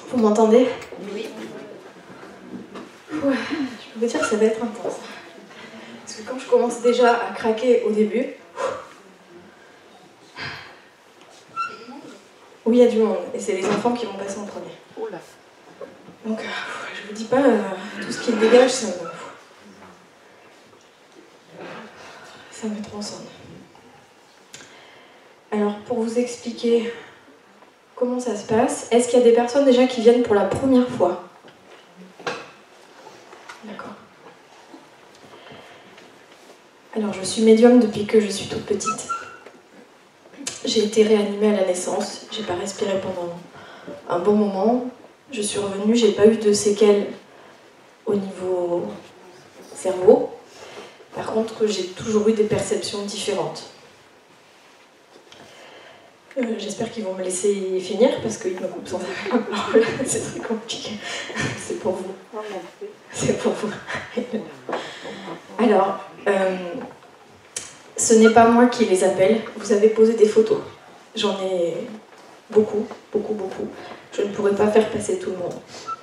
Vous m'entendez? Oui. Ouais, je peux vous dire que ça va être intense. Parce que quand je commence déjà à craquer au début... Oui, il y a du monde. Et c'est les enfants qui vont passer en premier. Oula. Donc, je vous dis pas, tout ce qui dégage, ça me transcende. Alors, pour vous expliquer comment ça se passe, est-ce qu'il y a des personnes déjà qui viennent pour la première fois? D'accord. Alors, je suis médium depuis que je suis toute petite. J'ai été réanimée à la naissance, j'ai pas respiré pendant un bon moment. Je suis revenue, j'ai pas eu de séquelles au niveau cerveau. Par contre, j'ai toujours eu des perceptions différentes. J'espère qu'ils vont me laisser finir parce qu'ils me coupent sans arrêt la parole. C'est très compliqué. C'est pour vous. C'est pour vous. Alors, ce n'est pas moi qui les appelle. Vous avez posé des photos. J'en ai beaucoup. Je ne pourrais pas faire passer tout le monde.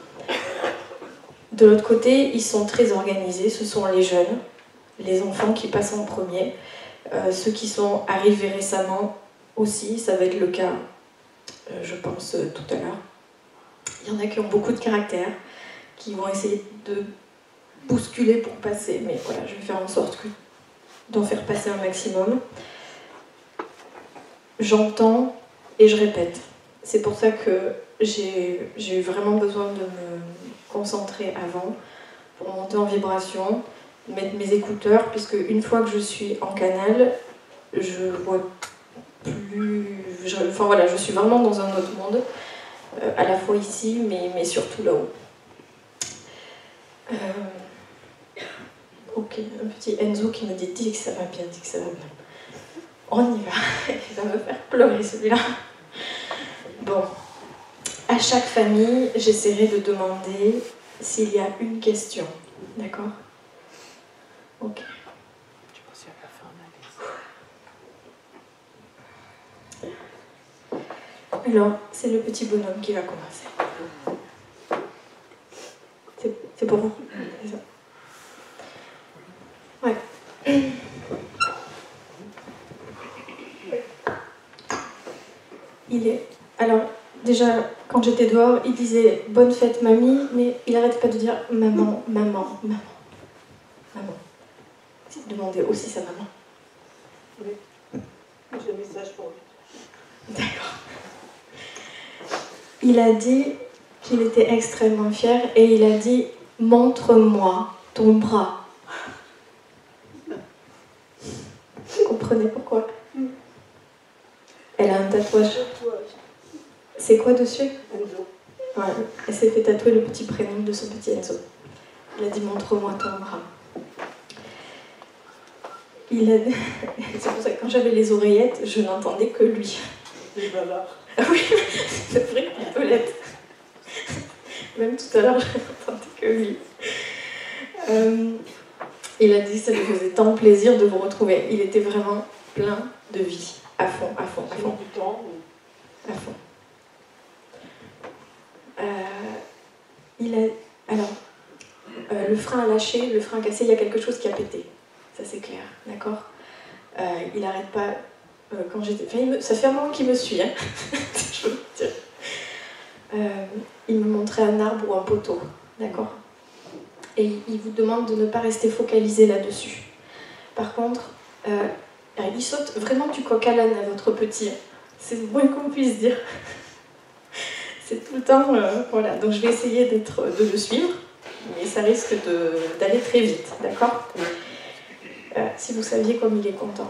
De l'autre côté, ils sont très organisés. Ce sont les jeunes, les enfants qui passent en premier. Ceux qui sont arrivés récemment aussi, ça va être le cas, je pense, tout à l'heure. Il y en a qui ont beaucoup de caractère, qui vont essayer de bousculer pour passer, mais voilà, je vais faire en sorte d'en faire passer un maximum. J'entends et je répète. C'est pour ça que j'ai eu vraiment besoin de me concentrer avant, pour monter en vibration, mettre mes écouteurs, puisque une fois que je suis en canal, je vois plus... Enfin voilà, je suis vraiment dans un autre monde, à la fois ici, mais surtout là-haut. Ok, un petit Enzo qui me dit que ça va bien, dit que ça va bien. On y va, il va me faire pleurer celui-là. Bon, à chaque famille, j'essaierai de demander s'il y a une question, d'accord? Ok. Alors, c'est le petit bonhomme qui va commencer. C'est pour vous? C'est ça. Ouais. Il est... Alors, déjà, quand j'étais dehors, il disait « Bonne fête, mamie », mais il n'arrêtait pas de dire « Maman, maman, maman, maman ». Il demandait aussi sa maman. Oui, j'ai un message pour lui. D'accord. Il a dit qu'il était extrêmement fier et il a dit « Montre-moi ton bras ». Vous comprenez pourquoi? Elle a un tatouage. C'est quoi dessus? Enzo. Ouais, elle s'est fait tatouer le petit prénom de son petit Enzo. Il a dit « Montre-moi ton bras ». C'est pour ça que quand j'avais les oreillettes, je n'entendais que lui. Les bavards. Ah oui, c'est vrai qu'il peut l'être. Même tout à l'heure, je n'entendais que lui. Il a dit que ça lui faisait tant plaisir de vous retrouver. Il était vraiment plein de vie, à fond, à fond, à fond. Du temps. À fond. Alors, le frein a lâché, le frein a cassé, il y a quelque chose qui a pété. Ça c'est clair, d'accord? Il n'arrête pas. Quand j'étais... Enfin, ça fait un moment qu'il me suit, hein. Je veux dire. Il me montrait un arbre ou un poteau, d'accord? Et il vous demande de ne pas rester focalisé là-dessus. Par contre, il saute vraiment du coq à l'âne à votre petit. C'est le moins qu'on puisse dire. C'est tout le temps... voilà, donc je vais essayer de le suivre, mais ça risque d'aller très vite, d'accord? Si vous saviez comme il est content.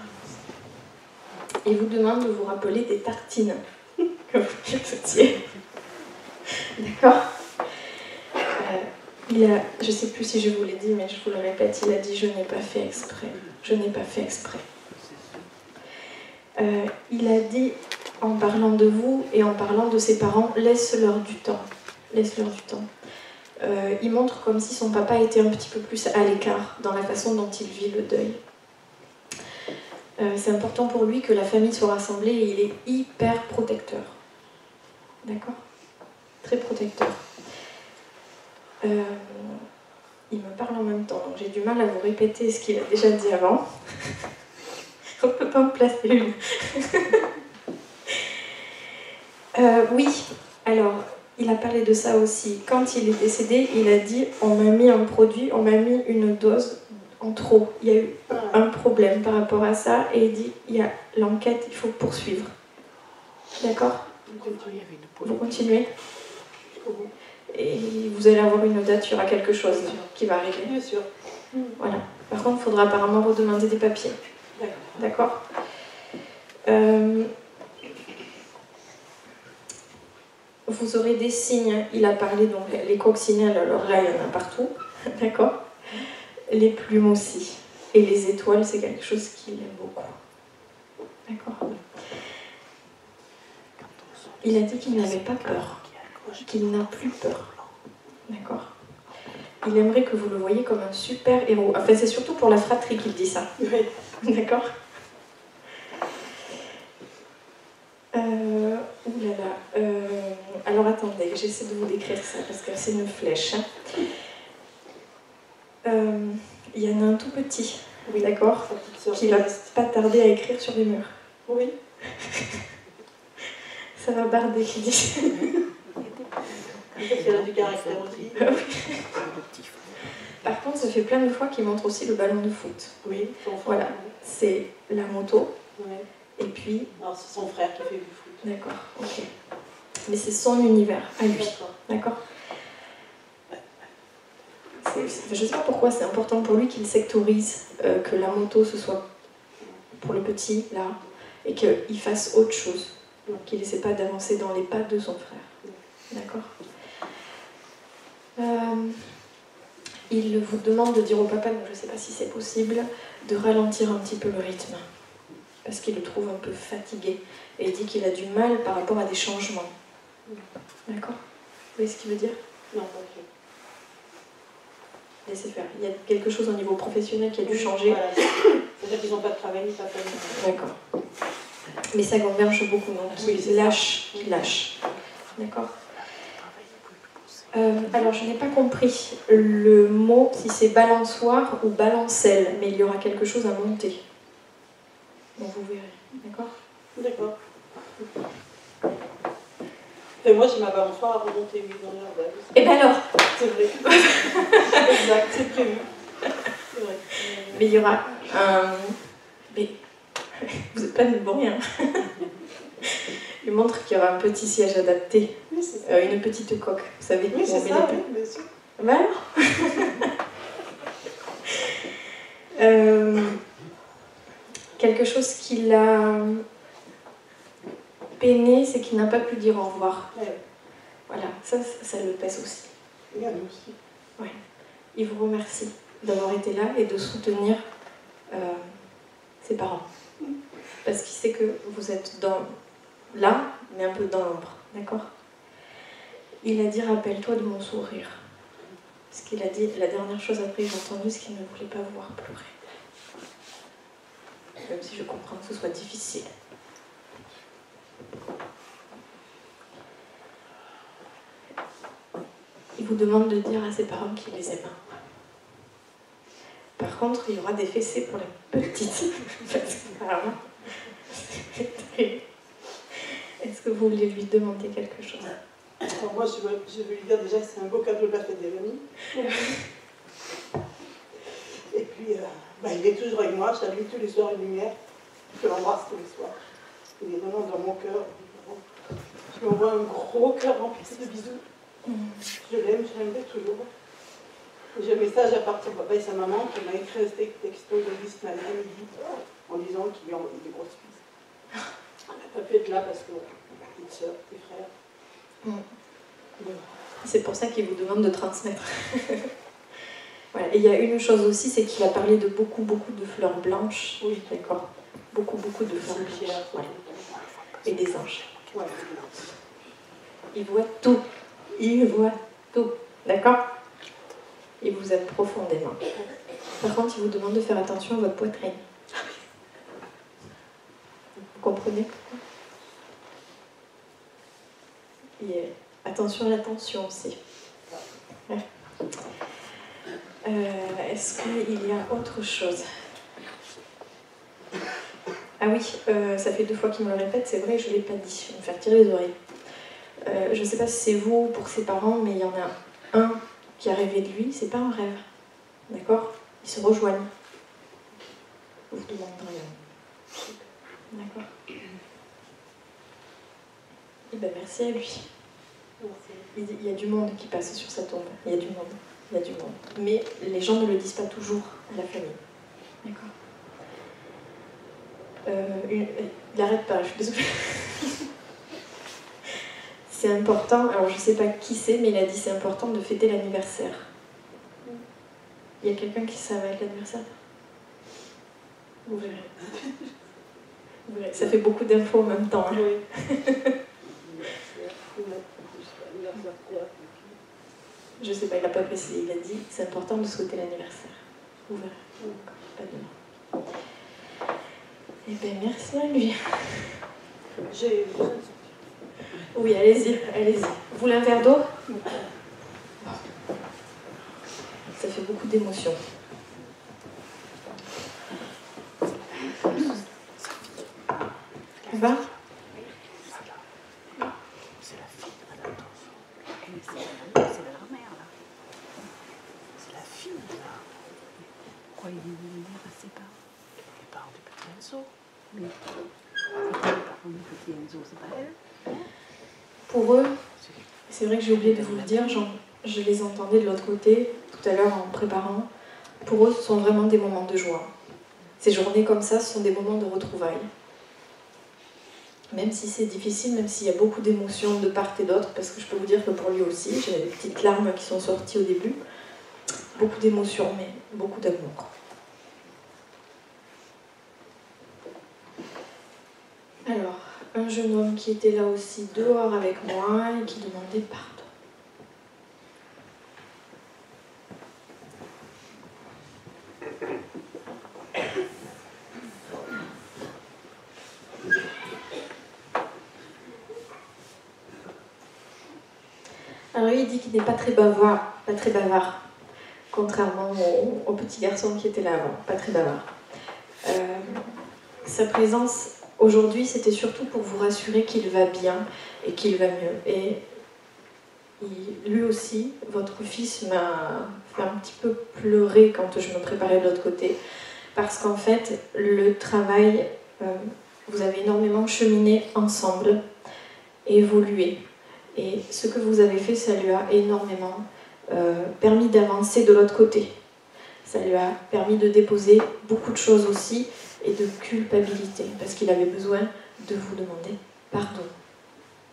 Il vous demande de vous rappeler des tartines que vous faisiez. D'accord? Je ne sais plus si je vous l'ai dit, mais je vous le répète, il a dit « Je n'ai pas fait exprès. Je n'ai pas fait exprès. » Il a dit, en parlant de vous et en parlant de ses parents, « Laisse-leur du temps. Laisse-leur du temps. » Il montre comme si son papa était un petit peu plus à l'écart dans la façon dont il vit le deuil. C'est important pour lui que la famille soit rassemblée et il est hyper protecteur. D'accord? très protecteur. Il me parle en même temps, donc j'ai du mal à vous répéter ce qu'il a déjà dit avant. On ne peut pas en placer une. Oui, alors, il a parlé de ça aussi. Quand il est décédé, il a dit « on m'a mis un produit, on m'a mis une dose en trop ». Il y a eu un problème par rapport à ça, et il dit « il y a l'enquête, il faut poursuivre ». D'accord ? Vous continuez ? Et vous allez avoir une date, il y aura quelque chose qui va arriver. Bien sûr. Voilà. Par contre, il faudra apparemment redemander des papiers. D'accord ? Vous aurez des signes, il a parlé donc les coccinelles, alors là il y en a partout, d'accord ? Les plumes aussi. Et les étoiles, c'est quelque chose qu'il aime beaucoup. D'accord ? Il a dit qu'il n'avait pas peur, qu'il n'a plus peur. D'accord ? Il aimerait que vous le voyiez comme un super héros. Enfin, c'est surtout pour la fratrie qu'il dit ça. D'accord ? Ouh là là. Alors attendez, j'essaie de vous décrire ça parce que c'est une flèche. Il y en a un tout petit, Oui, d'accord, qui va pas tarder à écrire sur les murs. Oui. Ça va barder, qui dit. Elle a du caractère aussi. Par contre, ça fait plein de fois qu'il montre aussi le ballon de foot. Oui, voilà, c'est la moto. Ouais. Et puis. Alors c'est son frère qui fait du foot. D'accord, ok. Mais c'est son univers à lui. D'accord. Je ne sais pas pourquoi c'est important pour lui qu'il sectorise, que la moto ce soit pour le petit là, et qu'il fasse autre chose, qu'il n'essaie pas d'avancer dans les pas de son frère. D'accord. Il vous demande de dire au papa, donc je ne sais pas si c'est possible, de ralentir un petit peu le rythme, parce qu'il le trouve un peu fatigué, et il dit qu'il a du mal par rapport à des changements. D'accord. Vous voyez ce qu'il veut dire? Non, pas du tout. Laissez faire. Il y a quelque chose au niveau professionnel qui a dû changer. Voilà. C'est-à-dire qu'ils n'ont pas de travail ni pas de famille. D'accord. Mais ça converge beaucoup, donc il lâche. D'accord. Alors, je n'ai pas compris le mot, si c'est balançoire ou balancelle, mais il y aura quelque chose à monter. Donc vous verrez. D'accord. D'accord. Et moi, j'ai ma balançoire à remonter, oui, dans l'air d'elle. Et bien alors? C'est vrai. Exact, c'est prévu. C'est vrai. Mais il y aura un... Mais vous n'êtes pas de bon rien. Il montre qu'il y aura un petit siège adapté. Oui, c'est ça. Une petite coque, vous savez. Oui, c'est ça, oui, bien sûr. Ben alors quelque chose qui l'a peiné, c'est qu'il n'a pas pu dire au revoir. Ouais. Voilà, ça le pèse aussi. Et à nous aussi. Ouais. Il vous remercie d'avoir été là et de soutenir ses parents. Parce qu'il sait que vous êtes là, mais un peu dans l'ombre. D'accord? Il a dit, rappelle-toi de mon sourire. Parce qu'il a dit, la dernière chose après j'ai entendu, c'est qu'il ne voulait pas vous voir pleurer. Même si je comprends que ce soit difficile. Il vous demande de dire à ses parents qu'il les aime. Par contre, il y aura des fessées pour les petites. Parce que apparemment, c'est terrible. Est-ce que vous voulez lui demander quelque chose? Alors moi, je veux lui dire déjà que c'est un beau cadeau de la fête des amis. Et puis, il est toujours avec moi, je l'allume tous les soirs une lumière. Je l'embrasse tous les soirs. Il est vraiment dans mon cœur. Je lui envoie un gros cœur rempli de bisous. Je l'aimerai toujours. J'ai un message à part de son papa et sa maman qui m'a écrit un texto de lui ce matin à midi en disant qu'il lui a envoyé des grosses bises. On n'a pas pu être là parce que petite soeur, petit frère. C'est pour ça qu'il vous demande de transmettre. Voilà. Et il y a une chose aussi, c'est qu'il a parlé de beaucoup de fleurs blanches. Oui. D'accord. Beaucoup de fleurs blanches. Voilà. Et des anges. Ouais. Il voit tout. Il voit tout. D'accord? Il vous aime profondément. Par contre, il vous demande de faire attention à votre poitrine. Vous comprenez pourquoi? Attention à la tension aussi. Ouais. Est-ce qu'il y a autre chose? Ah oui, ça fait 2 fois qu'il me le répète, c'est vrai, je ne l'ai pas dit, je vais me faire tirer les oreilles. Je ne sais pas si c'est vous ou pour ses parents, mais il y en a un qui a rêvé de lui, c'est pas un rêve. D'accord? Ils se rejoignent. Vous vous demandez rien. D'accord. Eh bien, merci à lui. Il y a du monde qui passe sur sa tombe. Il y a du monde. Il y a du monde. Mais les gens ne le disent pas toujours à la famille. D'accord. Il n'arrête pas, je suis désolée. C'est important, alors je ne sais pas qui c'est, mais il a dit c'est important de fêter l'anniversaire. Il y a quelqu'un qui sait ça va être l'anniversaire? Vous verrez. Vous verrez. Ça fait beaucoup d'infos en même temps. Hein. Oui. Je sais pas, il n'a pas précisé, il a dit c'est important de souhaiter l'anniversaire. Vous verrez. Pas de... Eh bien, merci à lui. Oui, allez-y, allez-y. Vous voulez un verre d'eau? Ça fait beaucoup d'émotions. Va? C'est la fille, madame. C'est la grand-mère, là. C'est la fille, là. Pourquoi il est venu dire à ses parents? Les parents du petit Enzo. Mais les parents du petit Enzo, c'est pas elle? Pour eux, c'est vrai que j'ai oublié de vous le dire, je les entendais de l'autre côté, tout à l'heure en préparant. Pour eux, ce sont vraiment des moments de joie. Ces journées comme ça, ce sont des moments de retrouvailles. Même si c'est difficile, même s'il y a beaucoup d'émotions de part et d'autre, parce que je peux vous dire que pour lui aussi, j'ai des petites larmes qui sont sorties au début. Beaucoup d'émotions, mais beaucoup d'amour. Alors, un jeune homme qui était là aussi dehors avec moi et qui demandait pardon. Alors lui, il dit qu'il n'est pas très bavard, contrairement au petit garçon qui était là avant, pas très bavard. Sa présence aujourd'hui, c'était surtout pour vous rassurer qu'il va bien et qu'il va mieux. Et lui aussi, votre fils m'a fait un petit peu pleurer quand je me préparais de l'autre côté, parce qu'en fait, le travail, vous avez énormément cheminé ensemble, évolué. Et ce que vous avez fait, ça lui a énormément permis d'avancer de l'autre côté. Ça lui a permis de déposer beaucoup de choses aussi et de culpabilité, parce qu'il avait besoin de vous demander pardon. D'accord ?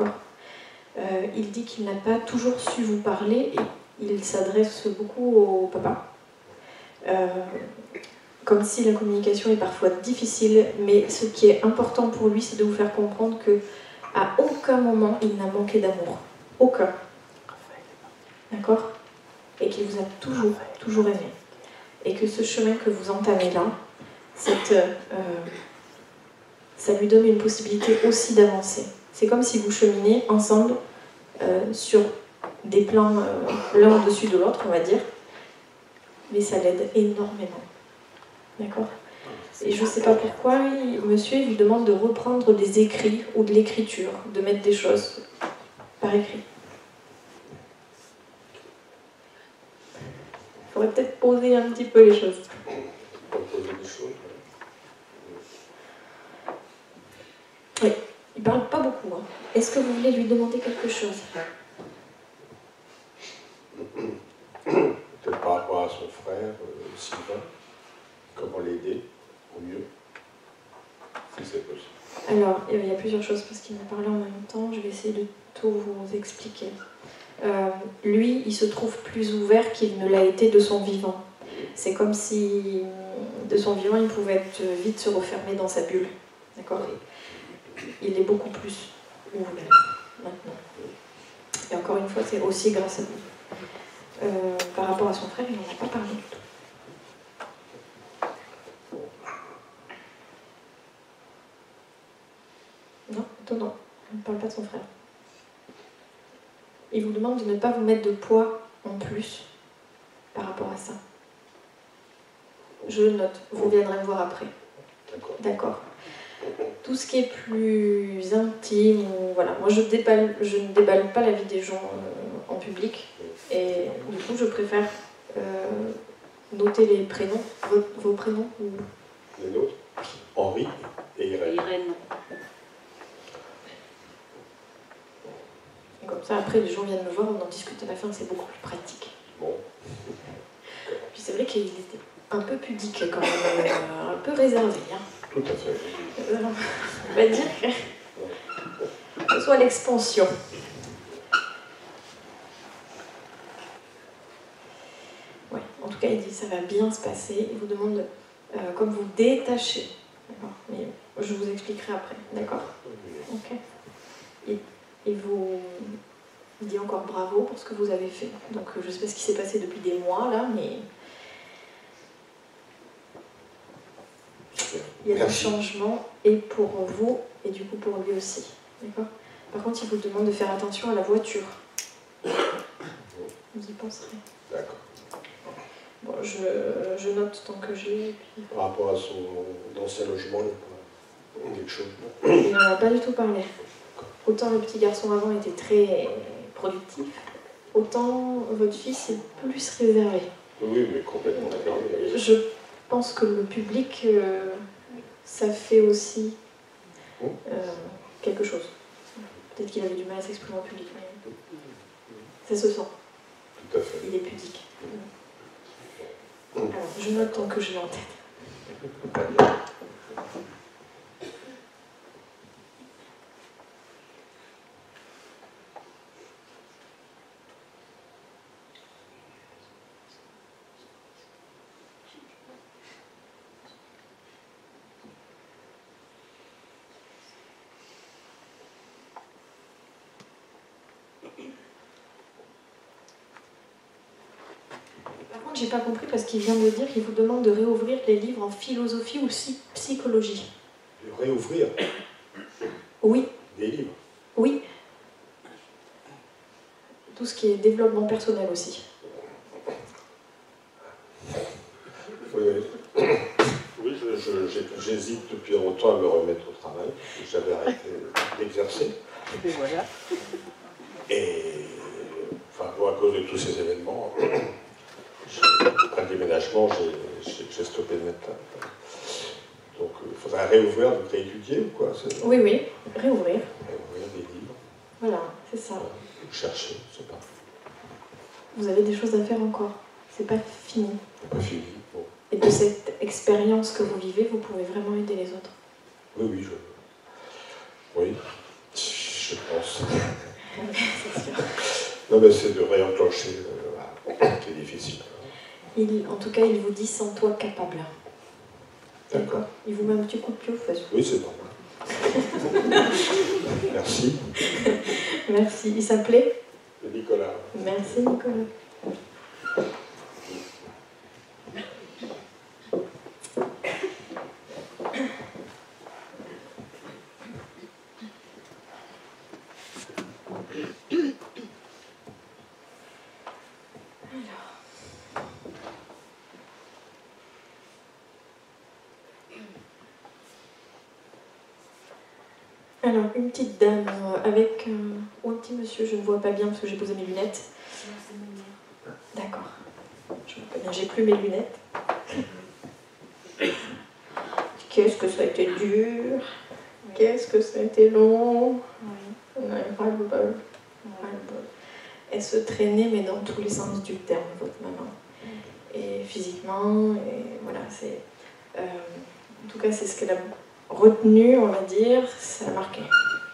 Il dit qu'il n'a pas toujours su vous parler et il s'adresse beaucoup au papa. Comme si la communication est parfois difficile, mais ce qui est important pour lui, c'est de vous faire comprendre que à aucun moment il n'a manqué d'amour. Aucun. D'accord ? Et qu'il vous a toujours aimé. Et que ce chemin que vous entamez là, ça lui donne une possibilité aussi d'avancer. C'est comme si vous cheminez ensemble sur des plans l'un au-dessus de l'autre, on va dire. Mais ça l'aide énormément. D'accord ? Et je ne sais pas pourquoi, monsieur lui demande de reprendre des écrits ou de l'écriture, de mettre des choses par écrit. Il faudrait peut-être poser un petit peu les choses. Poser des choses. Oui, il ne parle pas beaucoup. Hein. Est-ce que vous voulez lui demander quelque chose ? Peut-être par rapport à son frère, Sylvain, comment l'aider au mieux, si c'est possible. Alors, il y a plusieurs choses parce qu'il m'a parlé en même temps, je vais essayer de tout vous expliquer. Lui, il se trouve plus ouvert qu'il ne l'a été de son vivant. C'est comme si, de son vivant, il pouvait vite se refermer dans sa bulle. D'accord ? Il est beaucoup plus ouvert maintenant. Et encore une fois, c'est aussi grâce à vous. Par rapport à son frère, il n'en a pas parlé du tout. Non, étonnant. Il ne parle pas de son frère. il vous demande de ne pas vous mettre de poids en plus par rapport à ça. Je le note, vous viendrez me voir après. D'accord. D'accord. Tout ce qui est plus intime, ou, voilà. Moi je ne déballe pas la vie des gens en public. Et du coup, je préfère noter les prénoms, vos prénoms. Ou... Les nôtres, Henri et Irène. Irène. Et comme ça, après, les gens viennent me voir, on en discute à la fin, c'est beaucoup plus pratique. Bon. Puis c'est vrai qu'il était un peu pudique quand même, un peu réservé. Hein. Tout à fait. On va dire que ce soit l'expansion. Ouais, en tout cas, il dit ça va bien se passer. Il vous demande comme vous détachez. D'accord. Mais je vous expliquerai après. D'accord. Ok. Il vous dit encore bravo pour ce que vous avez fait. Donc je ne sais pas ce qui s'est passé depuis des mois là, mais il y a Merci. du changement et pour vous et du coup pour lui aussi. D'accord. Par contre, il vous demande de faire attention à la voiture. Vous y penserez. D'accord. Bon, je note tant que j'ai. Puis... Par rapport à son ancien logement, il y a quelque chose. Il n'en a pas du tout parlé. Autant le petit garçon avant était très productif, autant votre fils est plus réservé. Oui, mais complètement d'accord. Je pense que le public, ça fait aussi quelque chose. Peut-être qu'il avait du mal à s'exprimer en public, mais ça se sent. Tout à fait. Il est pudique. Alors, je note tant que je l'ai en tête. Par contre, j'ai pas compris parce qu'il vient de dire qu'il vous demande de réouvrir les livres en philosophie ou psychologie. De réouvrir Oui, des livres. oui. Tout ce qui est développement personnel aussi. Oui, oui. Oui, j'hésite depuis longtemps à me remettre au travail. J'avais arrêté d'exercer. Et bien voilà. Et enfin, bon, à cause de tous ces événements, après le déménagement, j'ai stoppé de mettre. Donc il faudrait réouvrir, donc réétudier ou quoi? Oui, oui, réouvrir. Réouvrir des livres. Voilà, c'est ça. Chercher, je sais pas. Vous avez des choses à faire encore. C'est pas fini. C'est pas fini. Bon. Et de cette expérience que vous vivez, vous pouvez vraiment aider les autres. Oui, oui, je pense. C'est sûr. Non, mais c'est de réenclencher, c'est difficile. En tout cas, il vous dit sans toi capable. D'accord. Il vous met un petit coup de pied aux fesses. Oui, c'est normal. Merci. Merci. Il s'appelait Nicolas. Merci Nicolas. Alors, une petite dame avec... ou un petit monsieur, je ne vois pas bien parce que j'ai posé mes lunettes. D'accord. Je vois pas bien, j'ai plus mes lunettes. Qu'est-ce que ça a été dur. Qu'est-ce que ça a été long. Ras-le-bol. Elle se traînait, mais dans tous les sens du terme, votre maman. Et physiquement, et voilà, c'est... en tout cas, c'est ce qu'elle a retenu, on va dire, ça l'a marqué. D'accord ?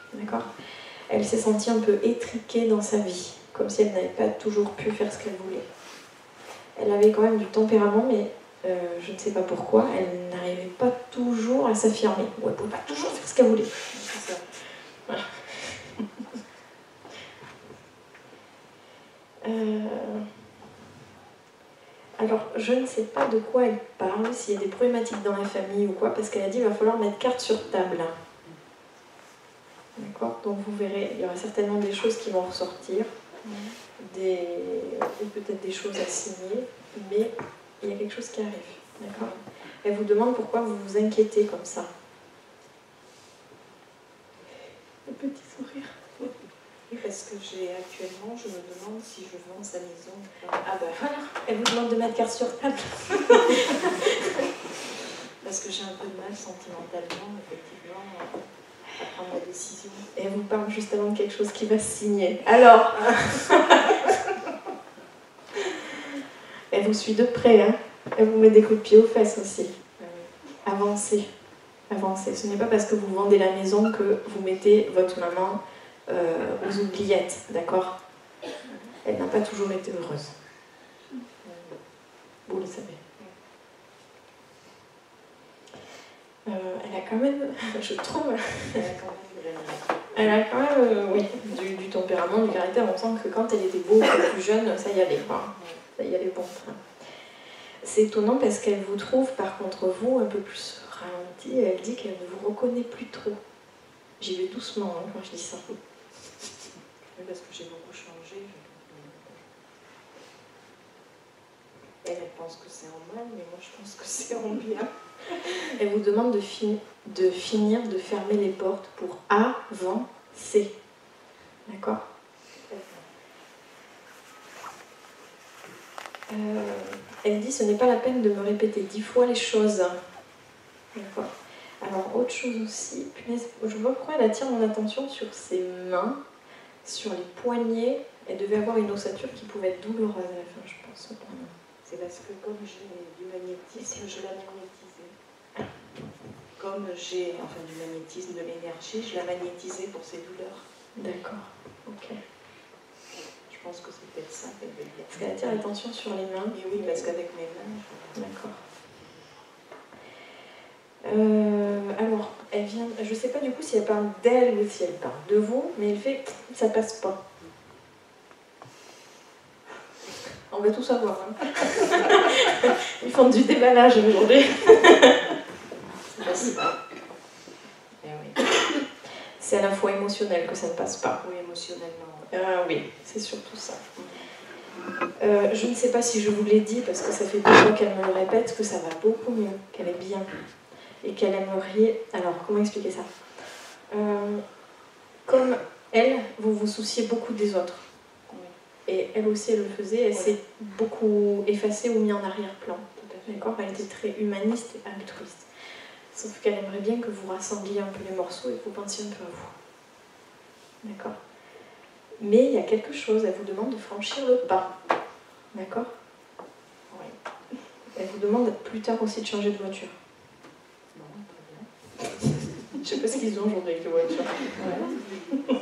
Elle s'est sentie un peu étriquée dans sa vie, comme si elle n'avait pas toujours pu faire ce qu'elle voulait. Elle avait quand même du tempérament, mais je ne sais pas pourquoi, elle n'arrivait pas toujours à s'affirmer. Ou elle ne pouvait pas toujours faire ce qu'elle voulait. C'est ça. Voilà. Alors, je ne sais pas de quoi elle parle, s'il y a des problématiques dans la famille ou quoi, parce qu'elle a dit qu'il va falloir mettre carte sur table. D'accord ? Donc vous verrez, il y aura certainement des choses qui vont ressortir. ou peut-être des choses à signer, mais il y a quelque chose qui arrive. D'accord ? Elle vous demande pourquoi vous vous inquiétez comme ça. Le petit sourire. Oui, parce que actuellement, je me demande si je vends sa maison ou pas. Ah ben voilà, elle vous demande de mettre carte sur table. Parce que j'ai un peu de mal sentimentalement, effectivement, à prendre la décision. Et elle vous parle justement de quelque chose qui va se signer. Alors elle vous suit de près, hein. Elle vous met des coups de pied aux fesses aussi. Avancez. Avancez. Ce n'est pas parce que vous vendez la maison que vous mettez votre maman aux oubliettes, d'accord ? Elle n'a pas toujours été heureuse. Vous le savez. Elle a quand même, je trouve, elle a quand même, oui, du tempérament, du caractère. On sent que quand elle était beaucoup plus jeune, ça y allait, quoi. Ça y allait bon train. C'est étonnant parce qu'elle vous trouve, par contre, vous, un peu plus ralenti. Elle dit qu'elle ne vous reconnaît plus trop. J'y vais doucement hein, quand je dis ça. Oui, parce que j'ai beaucoup changé. Elle pense que c'est en mal, mais moi je pense que c'est en bien. Elle vous demande de finir de fermer les portes pour avancer. D'accord ? Elle dit ce n'est pas la peine de me répéter 10 fois les choses. D'accord. Alors autre chose aussi, punaise, je vois pourquoi elle attire mon attention sur ses mains, sur les poignets. Elle devait avoir une ossature qui pouvait être douloureuse à la fin, je pense. C'est parce que comme j'ai du magnétisme, je la magnétisais. Comme j'ai du magnétisme, de l'énergie, je la magnétisais pour ses douleurs. D'accord, ok. Je pense que c'est peut-être ça qu'elle veut dire. Parce qu'elle attire l'attention sur les mains. Mais oui, parce qu'avec mes mains, D'accord. Alors, elle vient. Je ne sais pas du coup si elle parle d'elle ou si elle parle de vous, mais elle fait ça passe pas. On va tout savoir. Hein. Ils font du déballage aujourd'hui. ça passe pas. Eh oui. C'est à la fois émotionnel que ça ne passe pas. Oui, émotionnellement. Ah oui, c'est surtout ça. Je ne sais pas si je vous l'ai dit, parce que ça fait 2 fois qu'elle me le répète, que ça va beaucoup mieux, qu'elle est bien. Et qu'elle aimerait... Alors, comment expliquer ça ? Comme elle, vous vous souciez beaucoup des autres. Et elle aussi, elle le faisait. Elle s'est beaucoup effacée ou mise en arrière-plan. D'accord ? Elle était très humaniste et altruiste. Sauf qu'elle aimerait bien que vous rassembliez un peu les morceaux et que vous pensiez un peu à vous. D'accord ? Mais il y a quelque chose, elle vous demande de franchir le pas. D'accord ? Oui. Elle vous demande plus tard aussi de changer de voiture. Non, très bien. Je ne sais pas ce qu'ils ont aujourd'hui avec les voitures. Ouais.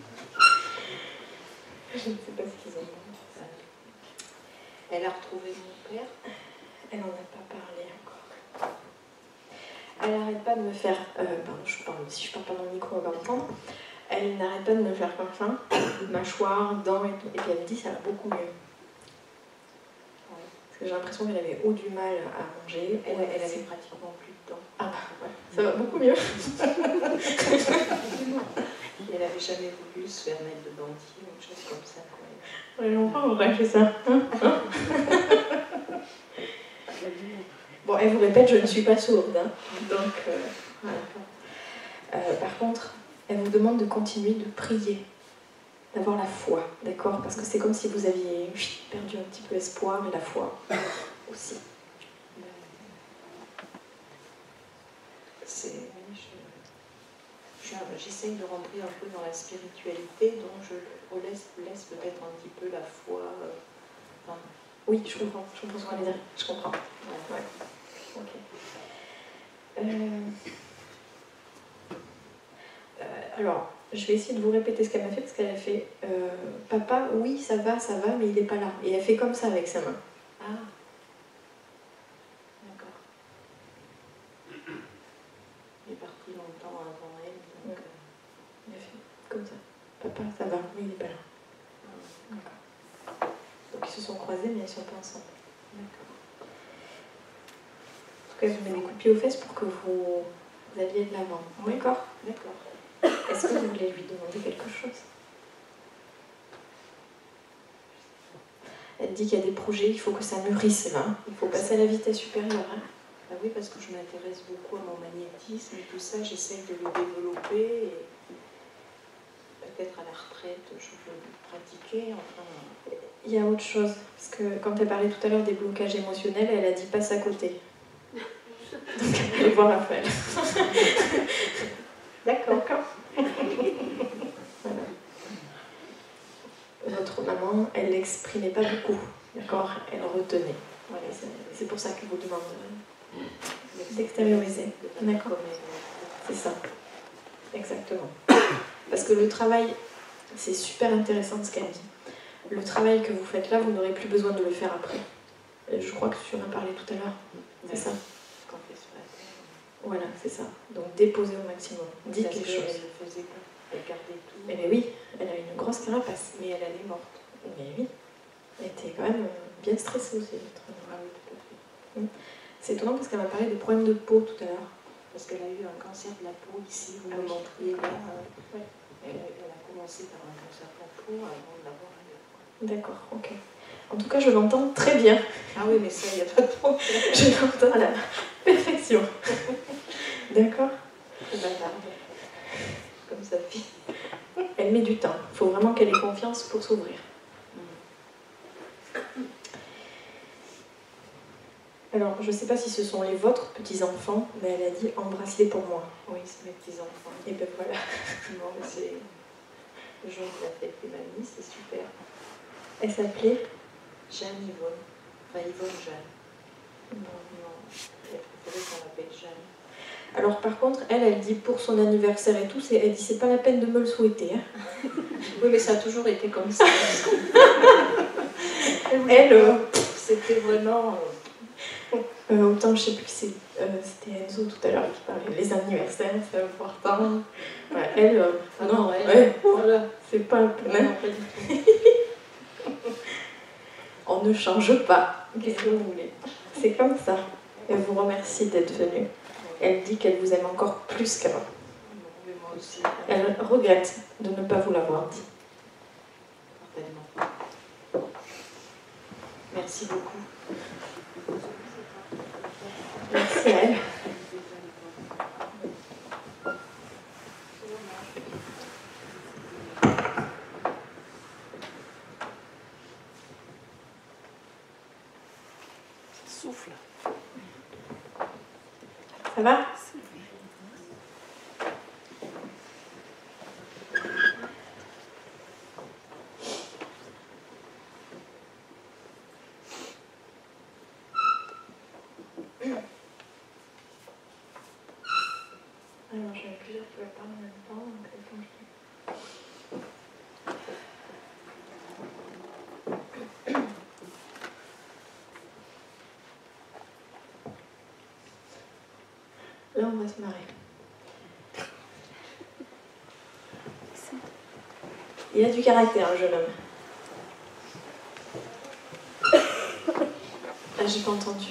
Je ne sais pas ce qu'ils ont. Elle a retrouvé mon père. Elle n'en a pas parlé encore. Elle n'arrête pas de me faire... si je parle pas dans le micro, on va m'entendre. Elle n'arrête pas de me faire comme ça, mâchoire, dents et tout. Et puis elle me dit ça va beaucoup mieux. Parce que j'ai l'impression qu'elle avait ou du mal à manger. Elle avait pratiquement plus de dents. Ah bah ouais, ça va beaucoup mieux. Elle n'avait jamais voulu se faire mettre de dentier, une chose comme ça. Ouais, longtemps on aurait fait ça. Bon, elle vous répète, je ne suis pas sourde. Hein. Donc, voilà. Par contre, elle vous demande de continuer de prier, d'avoir la foi, d'accord ? Parce que c'est comme si vous aviez perdu un petit peu espoir et la foi aussi. J'essaye de rentrer un peu dans la spiritualité, donc je laisse peut-être un petit peu la foi. Oui, je comprends ce qu'on va dire. Je comprends. Ouais. Ok. Alors, je vais essayer de vous répéter ce qu'elle m'a fait, parce qu'elle a fait Papa, oui, ça va, mais il n'est pas là. Et elle fait comme ça avec sa main. Ah, d'accord. Il est parti longtemps avant elle. Donc, elle a fait comme ça. Papa, ça va, mais il n'est pas là. D'accord. Donc ils se sont croisés, mais ils ne sont pas ensemble. D'accord. En tout cas, vous mettez des coups de pied aux fesses pour que vous alliez de l'avant. Oui. D'accord ? D'accord. Est-ce que vous voulez lui demander quelque chose ? Elle dit qu'il y a des projets, il faut que ça mûrisse là. Il faut passer à la vitesse supérieure. Hein. Ah oui, parce que je m'intéresse beaucoup à mon magnétisme et tout ça, j'essaye de le développer. Et peut-être à la retraite, je veux pratiquer. Enfin... Il y a autre chose, parce que quand elle parlait tout à l'heure des blocages émotionnels, elle a dit passe à côté. Donc allez voir Raphaël. D'accord. Voilà. Votre maman, elle n'exprimait pas beaucoup, d'accord? Elle retenait. Voilà, c'est pour ça qu'elle vous demande d'extérioriser. D'accord? C'est ça. Exactement. Parce que le travail, c'est super intéressant ce qu'elle dit. Le travail que vous faites là, vous n'aurez plus besoin de le faire après. Je crois que tu en as parlé tout à l'heure. C'est ça. Voilà, c'est ça. Donc déposez au maximum. Dites les choses. Elle ne faisait pas. Elle gardait tout. Mais oui, elle a une grosse carapace. Mais elle est morte. Mais oui. Elle était quand même bien stressée aussi. Ah oui, tout à fait. C'est étonnant parce qu'elle m'a parlé des problèmes de peau tout à l'heure. Parce qu'elle a eu un cancer de la peau ici, vous me montriez là. Ouais. Elle a commencé par un cancer de la peau avant de l'avoir ailleurs. D'accord, ok. En tout cas, je l'entends très bien. Ah oui, mais ça, il n'y a pas de problème. Je l'entends à la perfection. D'accord? Comme sa fille. Elle met du temps. Il faut vraiment qu'elle ait confiance pour s'ouvrir. Alors, je ne sais pas si ce sont les vôtres petits-enfants, mais elle a dit embrasse-les pour moi. Oui, c'est mes petits-enfants. Et ben voilà. Non, mais c'est le jour de la fête des mamies, c'est super. Elle s'appelait Jeanne Yvonne. Enfin, Yvonne Jeanne. Non, il faudrait qu'on l'appelle Jeanne. Alors par contre, elle dit pour son anniversaire et tout, elle dit c'est pas la peine de me le souhaiter. Hein. Oui, mais ça a toujours été comme ça. Elle, c'était vraiment... autant je sais plus que c'était Enzo tout à l'heure qui parlait, les anniversaires, c'est important. Ouais, elle, non, elle, ouais, voilà. c'est pas un peu... Non, pas du tout. On ne change pas. Qu'est-ce que vous voulez? C'est comme ça. Elle vous remercie d'être venue. Elle dit qu'elle vous aime encore plus qu'avant. Mais moi aussi. Elle regrette de ne pas vous l'avoir dit. Certainement. Merci beaucoup. Merci à elle. Souffle. Ça va? Alors j'avais plusieurs qui veulent parler en même temps, donc là on va se marrer. Il a du caractère, le jeune homme. Ah, j'ai pas entendu.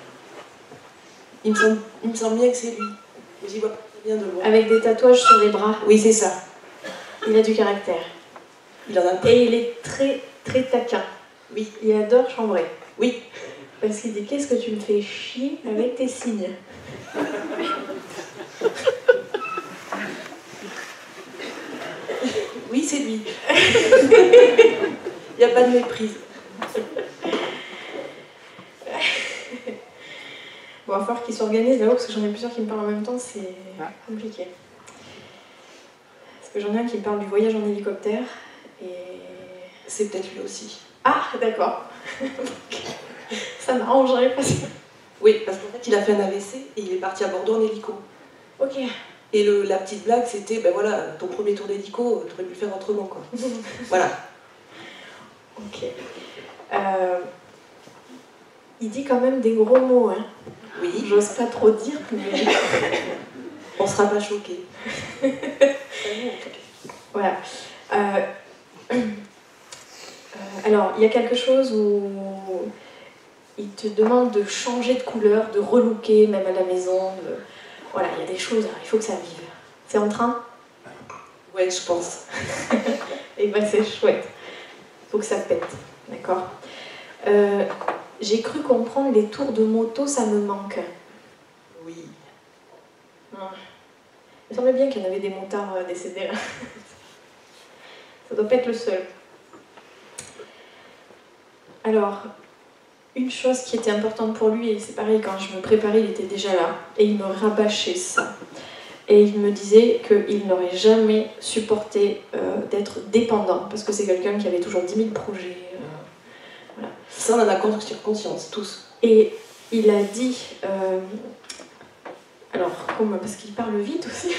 Il me semble bien que c'est lui. Mais j'y vois pas bien de loin. Avec des tatouages sur les bras. Oui, c'est ça. Il a du caractère. Il en a pas. Et il est très, très taquin. Oui. Il adore chambrer. Oui. Parce qu'il dit qu'est-ce que tu me fais chier avec tes signes. Oui, c'est lui. Il n'y a pas de méprise. Bon, il va falloir qu'il s'organise là-haut, parce que j'en ai plusieurs qui me parlent en même temps, c'est compliqué. Parce que j'en ai un qui me parle du voyage en hélicoptère, et... C'est peut-être lui aussi. Ah, d'accord. Ça m'arrangerait parce que... Oui, parce qu'en fait, il a fait un AVC et il est parti à Bordeaux en hélico. Ok. Et la petite blague, c'était, ben voilà, ton premier tour d'hélico, tu aurais pu le faire autrement, quoi. Voilà. Ok. Il dit quand même des gros mots, hein. Oui. J'ose pas trop dire, mais... On sera pas choqués. Voilà. Alors, il y a quelque chose où il te demande de changer de couleur, de relooker, même à la maison. Voilà, il y a des choses, alors il faut que ça vive. C'est en train? Ouais, je pense. Et ben c'est chouette. Il faut que ça pète, d'accord? J'ai cru comprendre les tours de moto, ça me manque. Oui. Il semblait bien qu'il y en avait des motards décédés là. Ça doit pas être le seul. Alors, une chose qui était importante pour lui, et c'est pareil, quand je me préparais, il était déjà là, et il me rabâchait ça. Et il me disait qu'il n'aurait jamais supporté d'être dépendant, parce que c'est quelqu'un qui avait toujours 10 000 projets. Voilà. Ça, on en a conscience, tous. Et il a dit... alors, parce qu'il parle vite aussi.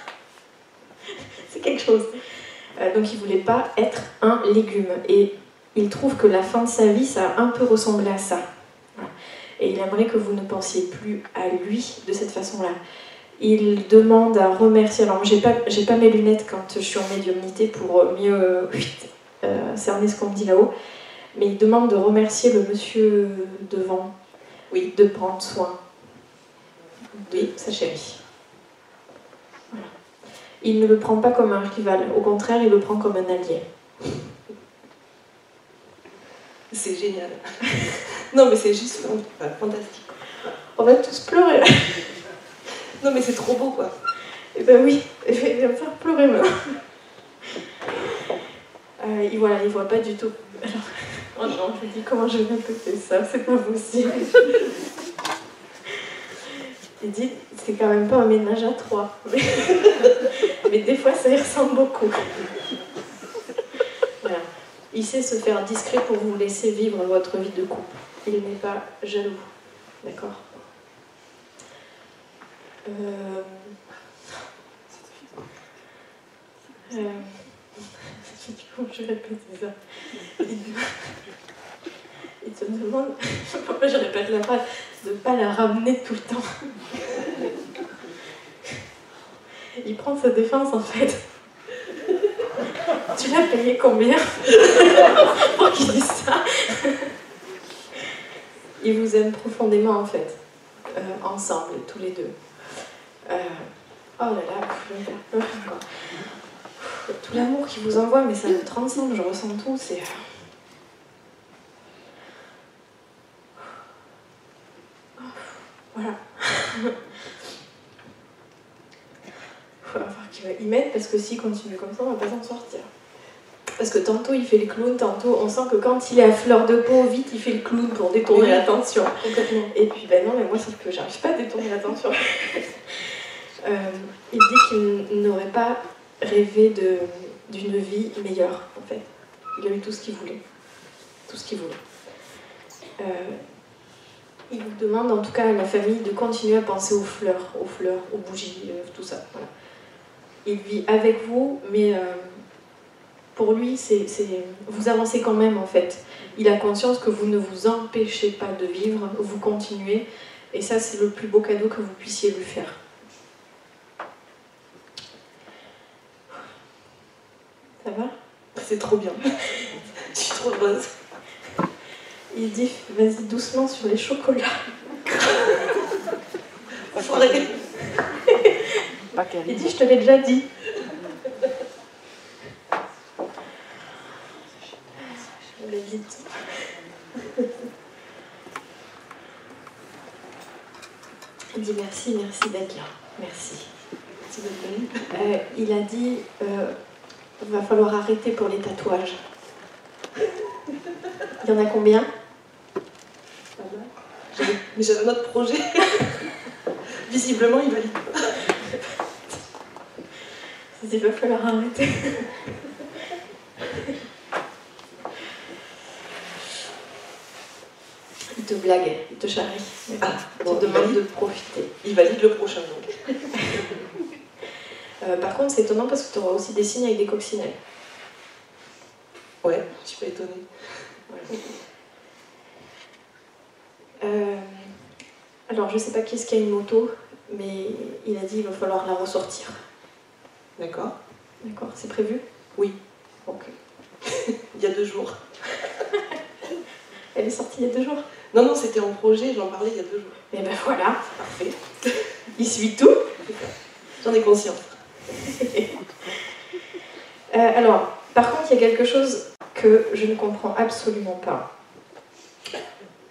C'est quelque chose. Donc il voulait pas être un légume. Et il trouve que la fin de sa vie, ça a un peu ressemblé à ça. Voilà. Et il aimerait que vous ne pensiez plus à lui de cette façon-là. Il demande à remercier... Alors, j'ai pas mes lunettes quand je suis en médiumnité pour mieux cerner ce qu'on me dit là-haut. Mais il demande de remercier le monsieur devant, oui, de prendre soin de sa chérie. Voilà. Il ne le prend pas comme un rival, au contraire, il le prend comme un allié. C'est génial. Non, mais c'est juste fantastique. On va tous pleurer. Non, mais c'est trop beau, quoi. Eh ben oui, il va me faire pleurer maintenant. Voilà, il voit pas du tout. Alors, oh non, je me dis comment je vais répéter ça, c'est pas possible. Il dit, c'est quand même pas un ménage à trois. Mais des fois, ça y ressemble beaucoup. Voilà. Il sait se faire discret pour vous laisser vivre votre vie de couple. Il n'est pas jaloux. D'accord ? Je répète ça. Il te demande, pourquoi je répète la phrase, de ne pas la ramener tout le temps. Il prend sa défense en fait. Tu l'as payé combien pour qu'il dise ça? Il vous aime profondément en fait, ensemble, tous les deux. Oh là là, je vais faire peur encore. Tout l'amour qu'il vous envoie, mais ça me transcende, je ressens tout, c'est... Voilà. Il va falloir qu'il va y mettre, parce que s'il continue comme ça, on va pas s'en sortir. Parce que tantôt il fait le clown, tantôt on sent que quand il est à fleur de peau, vite il fait le clown pour détourner l'attention. Complètement. Et puis ben non, mais moi sauf que j'arrive pas à détourner l'attention. Il dit qu'il n'aurait pas rêvé d'une vie meilleure en fait. Il a eu tout ce qu'il voulait. Tout ce qu'il voulait. Il vous demande en tout cas à la famille de continuer à penser aux fleurs, aux bougies, tout ça. Voilà. Il vit avec vous, mais pour lui, vous avancez quand même en fait. Il a conscience que vous ne vous empêchez pas de vivre, vous continuez, et ça c'est le plus beau cadeau que vous puissiez lui faire. Ça va ? C'est trop bien. Je suis trop heureuse. Il dit, vas-y doucement sur les chocolats. Faudrait... Il dit, je te l'ai déjà dit. Je l'ai dit. Il dit merci d'être là. Merci. Merci d'être venu. Il a dit, va falloir arrêter pour les tatouages. Il y en a combien? Mais j'avais un autre projet. Visiblement, il valide pas. Il va falloir arrêter. Il te blague, il te charrie. Ah, il bon, te demande de profiter. Il valide le prochain donc. Par contre, c'est étonnant parce que tu auras aussi des signes avec des coccinelles. Ouais, je suis pas étonnée. Ouais. Alors, je sais pas qui est-ce qui a une moto, mais il a dit qu'il va falloir la ressortir. D'accord. D'accord, c'est prévu? Oui. Ok. Il y a 2 jours. Elle est sortie il y a 2 jours? Non, c'était en projet, j'en parlais il y a 2 jours. Et ben voilà, Parfait. il suit tout. J'en ai conscience. Alors, par contre, il y a quelque chose que je ne comprends absolument pas.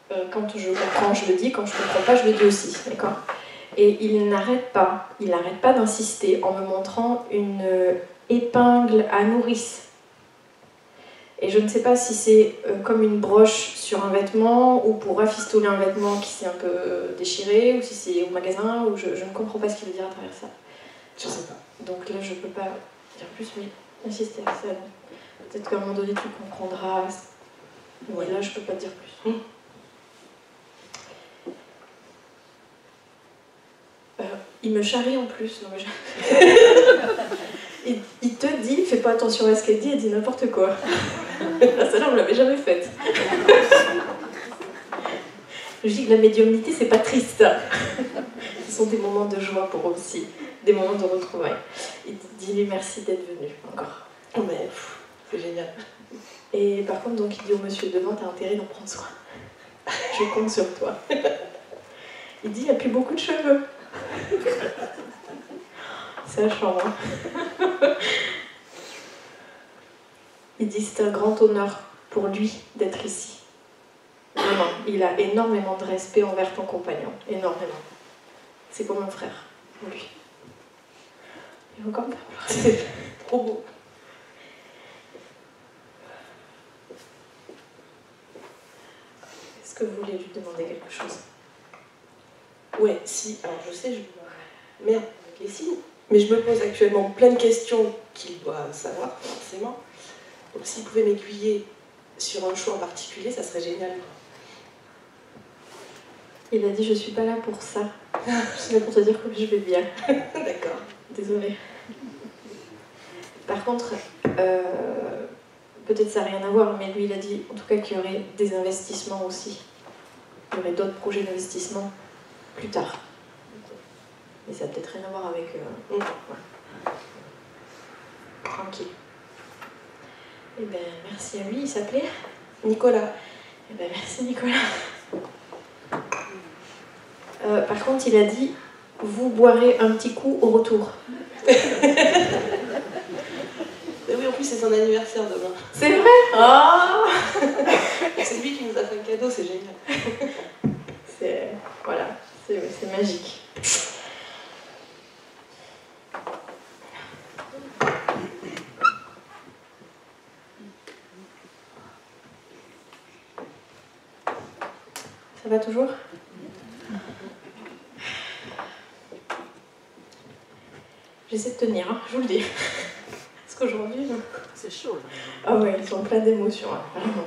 Quand je comprends, je le dis. Quand je comprends pas, je le dis aussi. D'accord ? Et il n'arrête pas d'insister en me montrant une épingle à nourrice. Et je ne sais pas si c'est comme une broche sur un vêtement ou pour rafistoler un vêtement qui s'est un peu déchiré, ou si c'est au magasin, ou je ne comprends pas ce qu'il veut dire à travers ça. Je sais pas. Donc là, je peux pas dire plus, mais insister avec ça. Peut-être qu'à un moment donné, tu comprendras. Ouais, là, je peux pas te dire plus. Il me charrie en plus. Non, mais il te dit, fais pas attention à ce qu'elle dit, elle dit n'importe quoi. Celle-là, on me l'avait jamais faite. Je dis que la médiumnité, c'est pas triste. Ce sont des moments de joie pour eux aussi, des moments de retrouvailles. Il dit merci d'être venu encore. Oh, mais c'est génial. Et par contre, donc, il dit au monsieur devant, t'as intérêt d'en prendre soin. Je compte sur toi. Il dit, il n'y a plus beaucoup de cheveux. C'est la chambre. Il dit, c'est un grand honneur pour lui d'être ici. Vraiment, il a énormément de respect envers ton compagnon. Énormément. C'est comme un frère, lui. Il va encore me faire pleurer. C'est trop beau. Est-ce que vous voulez lui demander quelque chose? Ouais, si. Alors je sais, je merde avec les signes. Mais je me pose actuellement plein de questions qu'il doit savoir, forcément. Donc s'il pouvait m'aiguiller sur un choix en particulier, ça serait génial. Il a dit, je suis pas là pour ça. Je suis là pour te dire que je vais bien. D'accord. Désolée. Par contre, peut-être ça n'a rien à voir, mais lui il a dit en tout cas qu'il y aurait des investissements aussi. Il y aurait d'autres projets d'investissement plus tard. Mais ça n'a peut-être rien à voir avec... Ouais. Tranquille. Eh bien, merci à lui, il s'appelait Nicolas. Eh bien, merci Nicolas. Par contre, il a dit, vous boirez un petit coup au retour. Et oui, en plus c'est son anniversaire demain. C'est vrai? Oh C'est lui qui nous a fait un cadeau, c'est génial. Voilà, c'est magique. Ça va toujours? J'essaie de tenir, hein, je vous le dis. Parce qu'aujourd'hui... C'est chaud. Là. Ah ouais, ils sont pleins d'émotions, hein, vraiment.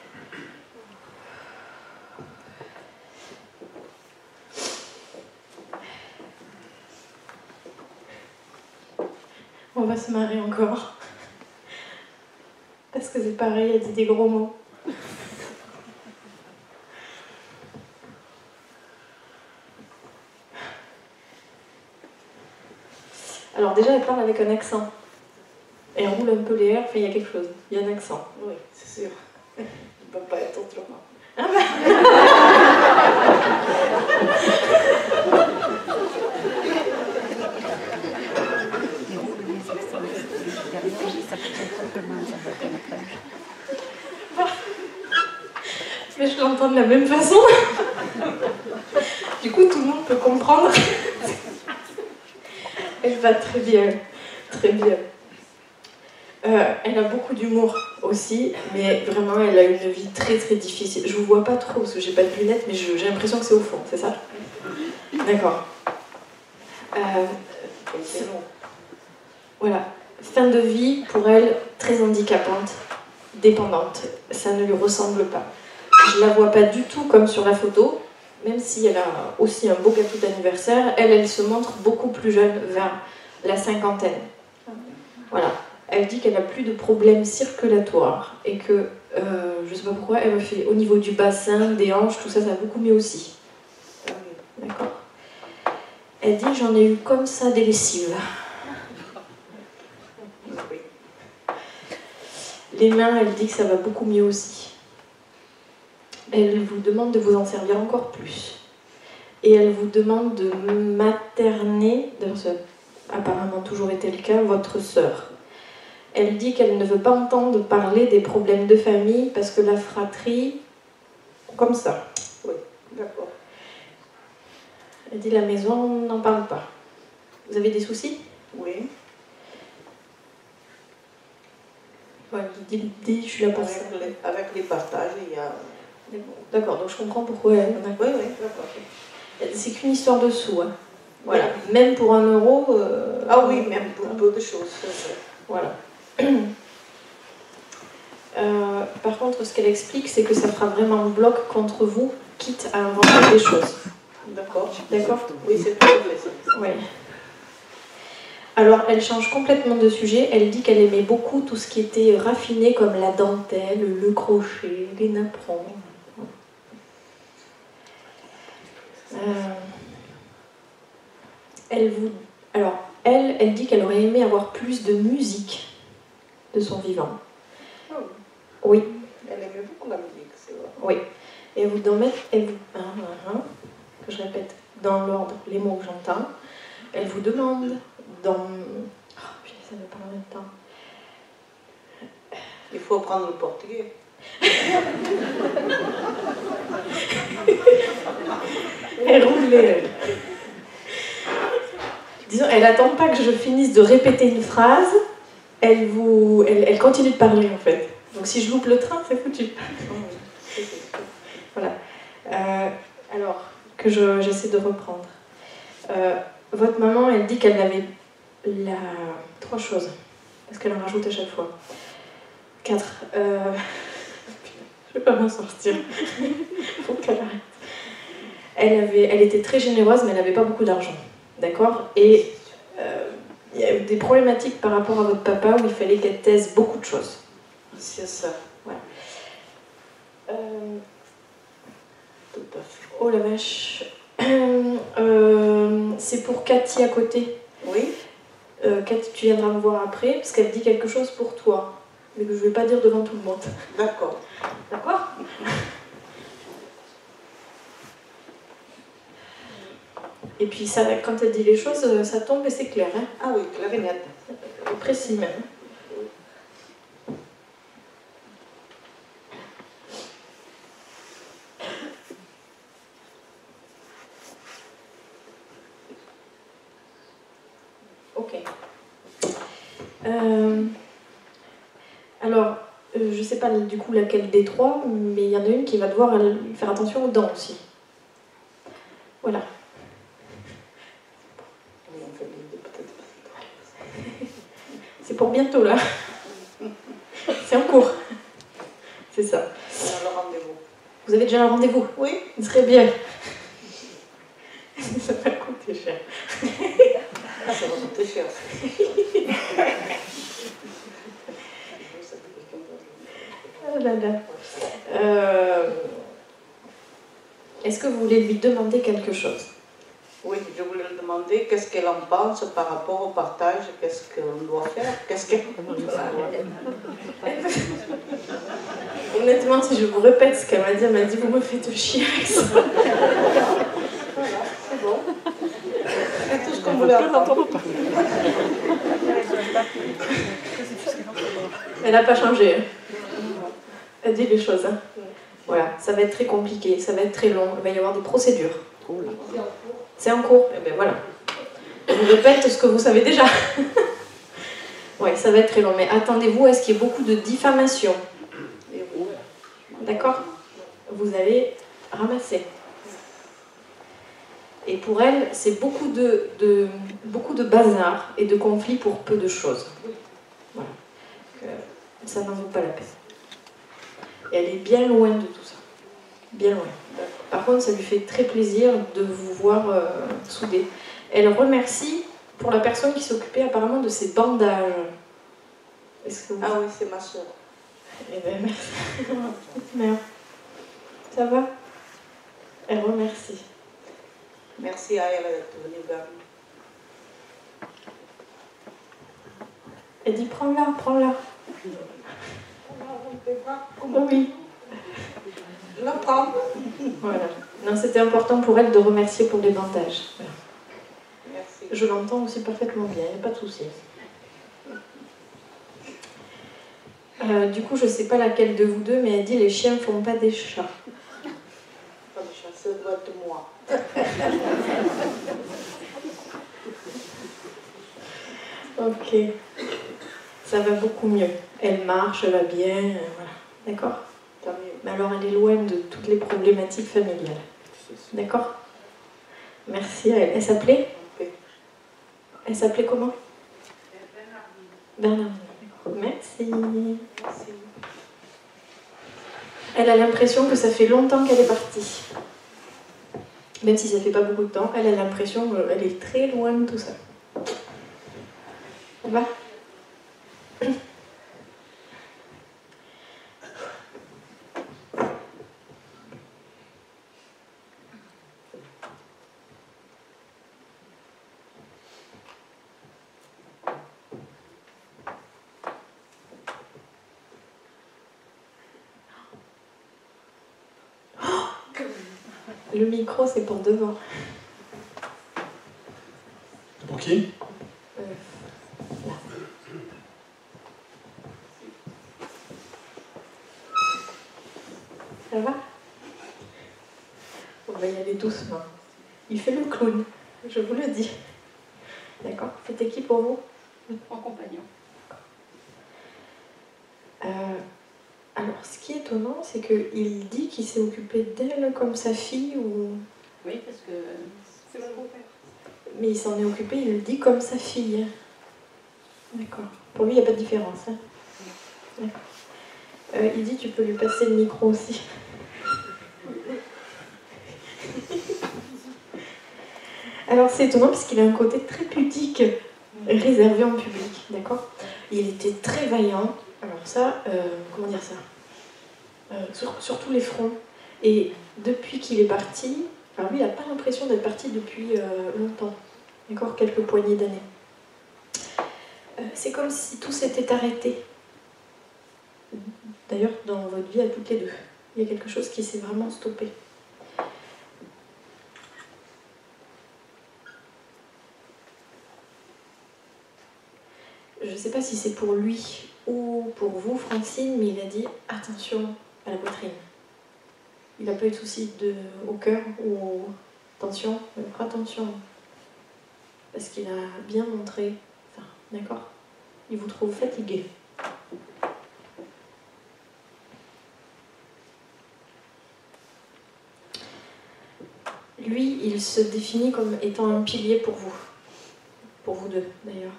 On va se marrer encore. Parce que c'est pareil, elle dit des gros mots. Alors déjà, elle parle avec un accent. Elle roule un peu les airs, enfin il y a quelque chose. Il y a un accent. Oui, c'est sûr. Il ne peut pas être autrement. Ah bah. Mais je l'entends de la même façon. Du coup, tout le monde peut comprendre. Elle va très bien, très bien. Elle a beaucoup d'humour aussi, mais vraiment, elle a une vie très très difficile. Je vous vois pas trop parce que j'ai pas de lunettes, mais j'ai l'impression que c'est au fond, c'est ça? D'accord. C'est long. Voilà. Fin de vie, pour elle, très handicapante, dépendante. Ça ne lui ressemble pas. Je la vois pas du tout comme sur la photo, même si elle a aussi un beau gâteau d'anniversaire. Elle se montre beaucoup plus jeune, vers la cinquantaine. Voilà. Elle dit qu'elle n'a plus de problèmes circulatoires et que, je sais pas pourquoi, elle me fait au niveau du bassin, des hanches, tout ça, ça a beaucoup mieux aussi. D'accord. Elle dit, j'en ai eu comme ça des lessives. Les mains, elle dit que ça va beaucoup mieux aussi. Elle vous demande de vous en servir encore plus. Et elle vous demande de materner, ça a apparemment toujours été le cas, votre sœur. Elle dit qu'elle ne veut pas entendre parler des problèmes de famille parce que la fratrie, comme ça. D'accord. Elle dit la maison, on n'en parle pas. Vous avez des soucis? Oui. Ouais, dis, je suis là pour ça. Avec les partages, il y a... D'accord, donc je comprends pourquoi elle en a. Oui, oui, d'accord. C'est qu'une histoire de sous. Hein. Voilà. Même pour 1 euro. Ah oui, même pour peu de choses. Voilà. Par contre, ce qu'elle explique, c'est que ça fera vraiment bloc contre vous, quitte à inventer des choses. D'accord. D'accord? Oui, c'est tout à fait ça. Oui. Alors, elle change complètement de sujet. Elle dit qu'elle aimait beaucoup tout ce qui était raffiné, comme la dentelle, le crochet, les napperons. Elle dit qu'elle aurait aimé avoir plus de musique de son vivant. Oh. Oui. Elle aimait beaucoup la musique, c'est vrai. Oui. Et vous d'en mettre, que je répète dans l'ordre les mots que j'entends. Elle vous demande dans... Oh, puis ça ne veut pas en même temps. Il faut apprendre le portugais. Elle roule les... Disons, elle n'attend pas que je finisse de répéter une phrase, elle continue de parler en fait. Donc si je loupe le train, c'est foutu. Voilà. Alors, que j'essaie de reprendre. Votre maman, elle dit qu'elle avait 3 choses, parce qu'elle en rajoute à chaque fois. 4. Je ne vais pas m'en sortir. Il faut qu'elle arrête. Elle était très généreuse, mais elle n'avait pas beaucoup d'argent. D'accord? Et il y a eu des problématiques par rapport à votre papa où il fallait qu'elle taise beaucoup de choses. C'est ça. Voilà. Tout à fait. Oh la vache. C'est pour Cathy à côté. Oui. Cathy, tu viendras me voir après, parce qu'elle dit quelque chose pour toi, mais que je ne vais pas dire devant tout le monde. D'accord. D'accord? Et puis ça, quand elle dit les choses, ça tombe et c'est clair. Hein? Ah oui, clair et net. Précis même. Ok. Alors, je ne sais pas du coup laquelle des 3, mais il y en a une qui va devoir faire attention aux dents aussi. Voilà. C'est pour bientôt là. C'est en cours. C'est ça. On a le rendez-vous. Vous avez déjà un rendez-vous? Oui. Très bien. Ça va coûter cher. Ah, ça va coûter cher. Oh là là. Est-ce que vous voulez lui demander quelque chose? Oui, je voulais lui demander qu'est-ce qu'elle en pense par rapport au partage, qu'est-ce qu'on doit faire, qu'est-ce qu'elle... Honnêtement, si je vous répète ce qu'elle m'a dit, vous me faites chier avec ça. Voilà, c'est bon. C'est tout ce qu'on voulait entendre. Elle n'a pas changé. Elle dit les choses. Hein. Voilà, ça va être très compliqué, ça va être très long, il va y avoir des procédures. C'est en cours. Et bien voilà. Je vous répète ce que vous savez déjà. Oui, ça va être très long, mais attendez-vous à ce qu'il y ait beaucoup de diffamation. D'accord? Vous allez ramasser. Et pour elle, c'est beaucoup de bazar et de conflits pour peu de choses. Voilà. Ça n'en vaut pas la peine. Et elle est bien loin de tout ça. Bien loin. Par contre, ça lui fait très plaisir de vous voir soudés. Elle remercie pour la personne qui s'occupait apparemment de ses bandages. Est-ce que vous... Ah oui, c'est ma soeur. Eh bien, merci. Merde. Ça va? Elle remercie. Merci à elle d'être venue vers nous. Elle dit prends-la, prends-la. Oh oui. Je la prends. Voilà. Non, c'était important pour elle de remercier pour les bandages. Voilà. Merci. Je l'entends aussi parfaitement bien, il n'y a pas de souci. Du coup, je ne sais pas laquelle de vous deux, mais elle dit les chiens ne font pas des chats. Pas de ça doit être moi. Ok. Ça va beaucoup mieux. Elle marche, elle va bien, voilà. D'accord? Tant mieux. Mais alors elle est loin de toutes les problématiques familiales. D'accord? Merci à elle. Elle s'appelait? Ok. Elle s'appelait comment? Bernardine. D'accord. Merci. Merci. Elle a l'impression que ça fait longtemps qu'elle est partie. Même si ça fait pas beaucoup de temps, elle a l'impression qu'elle est très loin de tout ça. Ça va? Le micro, c'est pour devant. Pour qui? Là. Ça va? On va y aller doucement. Il fait le clown, je vous le dis. D'accord? C'était qui pour vous? En compagnon. Alors, ce qui est étonnant, c'est qu'il dit qu'il s'est occupé d'elle comme sa fille, ou... Oui, parce que C'est mon beau-père. mais il s'en est occupé, il le dit comme sa fille. D'accord. Pour lui, il n'y a pas de différence. Hein. D'accord. Il dit, tu peux lui passer le micro aussi. Alors, c'est étonnant parce qu'il a un côté très pudique, réservé en public. D'accord? Il était très vaillant. Alors ça, comment dire ça? Sur tous les fronts. Et depuis qu'il est parti, alors lui, il n'a pas l'impression d'être parti depuis longtemps. D'accord? Quelques poignées d'années. C'est comme si tout s'était arrêté. D'ailleurs, dans votre vie à toutes les deux, il y a quelque chose qui s'est vraiment stoppé. Je ne sais pas si c'est pour lui ou pour vous, Francine, mais il a dit attention à la poitrine. Il n'a pas eu de souci au cœur ou attention, attention. Parce qu'il a bien montré. Enfin, d'accord? Il vous trouve fatigué. Lui, il se définit comme étant un pilier pour vous deux d'ailleurs.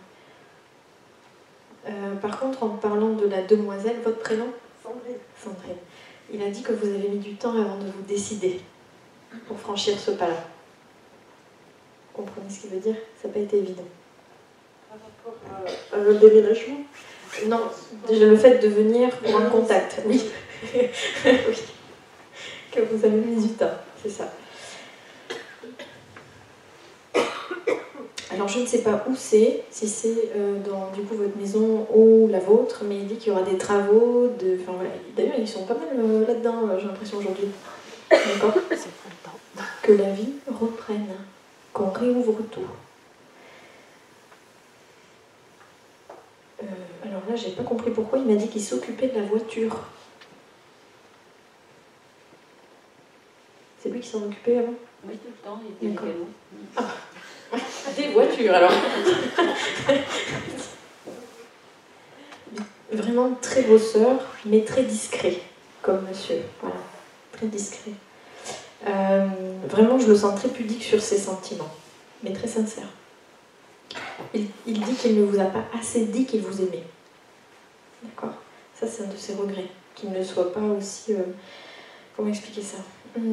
Par contre, en parlant de la demoiselle, votre prénom? Sandrine. Sandrine. Il a dit que vous avez mis du temps avant de vous décider pour franchir ce pas-là. Vous comprenez ce qu'il veut dire? Ça n'a pas été évident. Par rapport à un déménagement? Non, déjà le fait de venir pour un contact, oui. Oui. Que vous avez mis du temps, c'est ça. Alors je ne sais pas où c'est, si c'est dans du coup votre maison ou la vôtre, mais il dit qu'il y aura des travaux, enfin voilà. D'ailleurs ils sont pas mal là-dedans, j'ai l'impression aujourd'hui. D'accord? c'est pas le temps. Que la vie reprenne, qu'on réouvre tout. Alors là j'ai pas compris pourquoi il m'a dit qu'il s'occupait de la voiture. C'est lui qui s'en occupait avant? Oui, tout le temps, il était D'accord. mécano. Des voitures alors. Vraiment très bosseur, mais très discret, comme monsieur. Voilà, très discret. Vraiment, je le sens très pudique sur ses sentiments, mais très sincère. Il dit qu'il ne vous a pas assez dit qu'il vous aimait. D'accord? Ça, c'est un de ses regrets. Qu'il ne soit pas aussi... comment expliquer ça?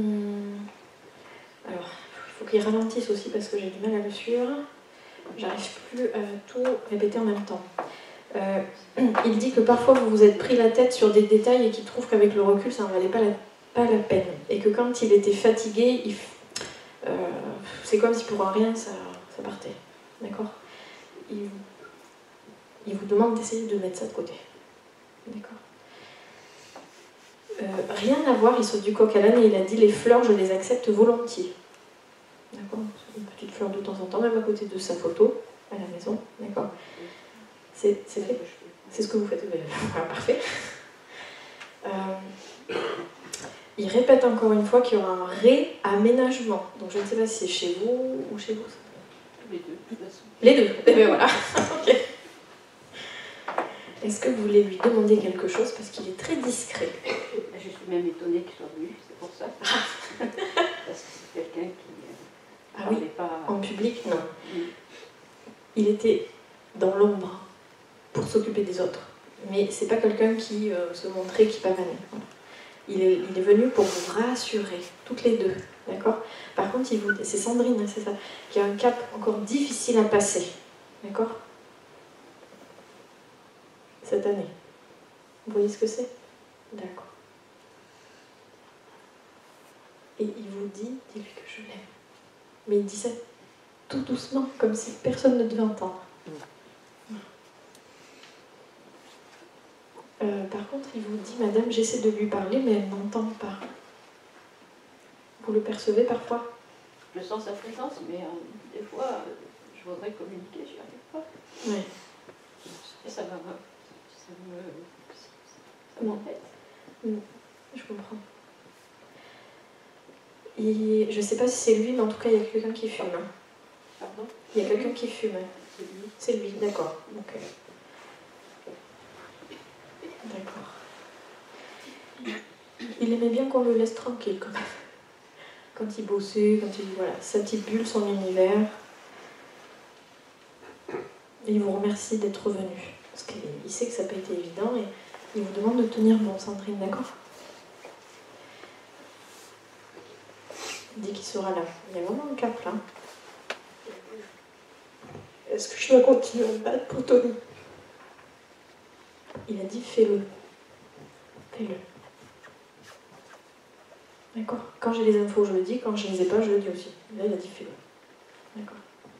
Alors, il faut qu'il ralentisse aussi parce que j'ai du mal à le suivre. J'arrive plus à tout répéter en même temps. Il dit que parfois vous vous êtes pris la tête sur des détails et qu'il trouve qu'avec le recul ça n'en valait pas la peine. Et que quand il était fatigué, c'est comme si pour un rien ça partait. D'accord? Il vous demande d'essayer de mettre ça de côté. D'accord? Rien à voir, il saute du coq à l'âne et il a dit les fleurs je les accepte volontiers. D'accord? Une petite fleur de temps en temps, même à côté de sa photo, à la maison. D'accord? C'est fait? C'est ce que vous faites? Parfait. il répète encore une fois qu'il y aura un réaménagement. Donc je ne sais pas si c'est chez vous ou chez vous. Les deux, de toute façon. Les deux, eh bien voilà. Ok. Est-ce que vous voulez lui demander quelque chose parce qu'il est très discret? Je suis même étonnée qu'il soit venu, c'est pour ça. Parce que c'est quelqu'un qui Ah oui, parlait pas... en public, non. Mm. Il était dans l'ombre pour s'occuper des autres. Mais c'est pas quelqu'un qui se montrait, qui pavanait. Voilà. Il est venu pour vous rassurer, toutes les deux. D'accord? Par contre, c'est Sandrine, hein, c'est ça, qui a un cap encore difficile à passer. D'accord? Cette année. Vous voyez ce que c'est? D'accord. Et il vous dit, dis-lui que je l'aime. Mais il dit ça tout doucement, comme si personne ne devait entendre. Par contre, il vous dit, madame, j'essaie de lui parler, mais elle n'entend pas. Vous le percevez parfois? Je sens sa présence, mais des fois, je voudrais communiquer, j'y arrive pas. Oui. Et ça m'embête. Je comprends. Et je ne sais pas si c'est lui, mais en tout cas, il y a quelqu'un qui fume. Hein. Pardon? Il y a quelqu'un qui fume. C'est lui. C'est lui, d'accord. Ok. D'accord. Il aimait bien qu'on le laisse tranquille, quand même. Quand il bossait, quand il... Voilà, sa petite bulle, son univers. Et il vous remercie d'être venu. Parce qu'il sait que ça n'a pas été évident et il vous demande de tenir bon, Sandrine, d'accord? Il dit qu'il sera là. Il y a vraiment un cap là. Est-ce que je dois continuer à me battre pour Tony? Il a dit fais-le. Fais-le. D'accord? Quand j'ai les infos, je le dis. Quand je ne les ai pas, je le dis aussi. Là, il a dit fais-le. D'accord.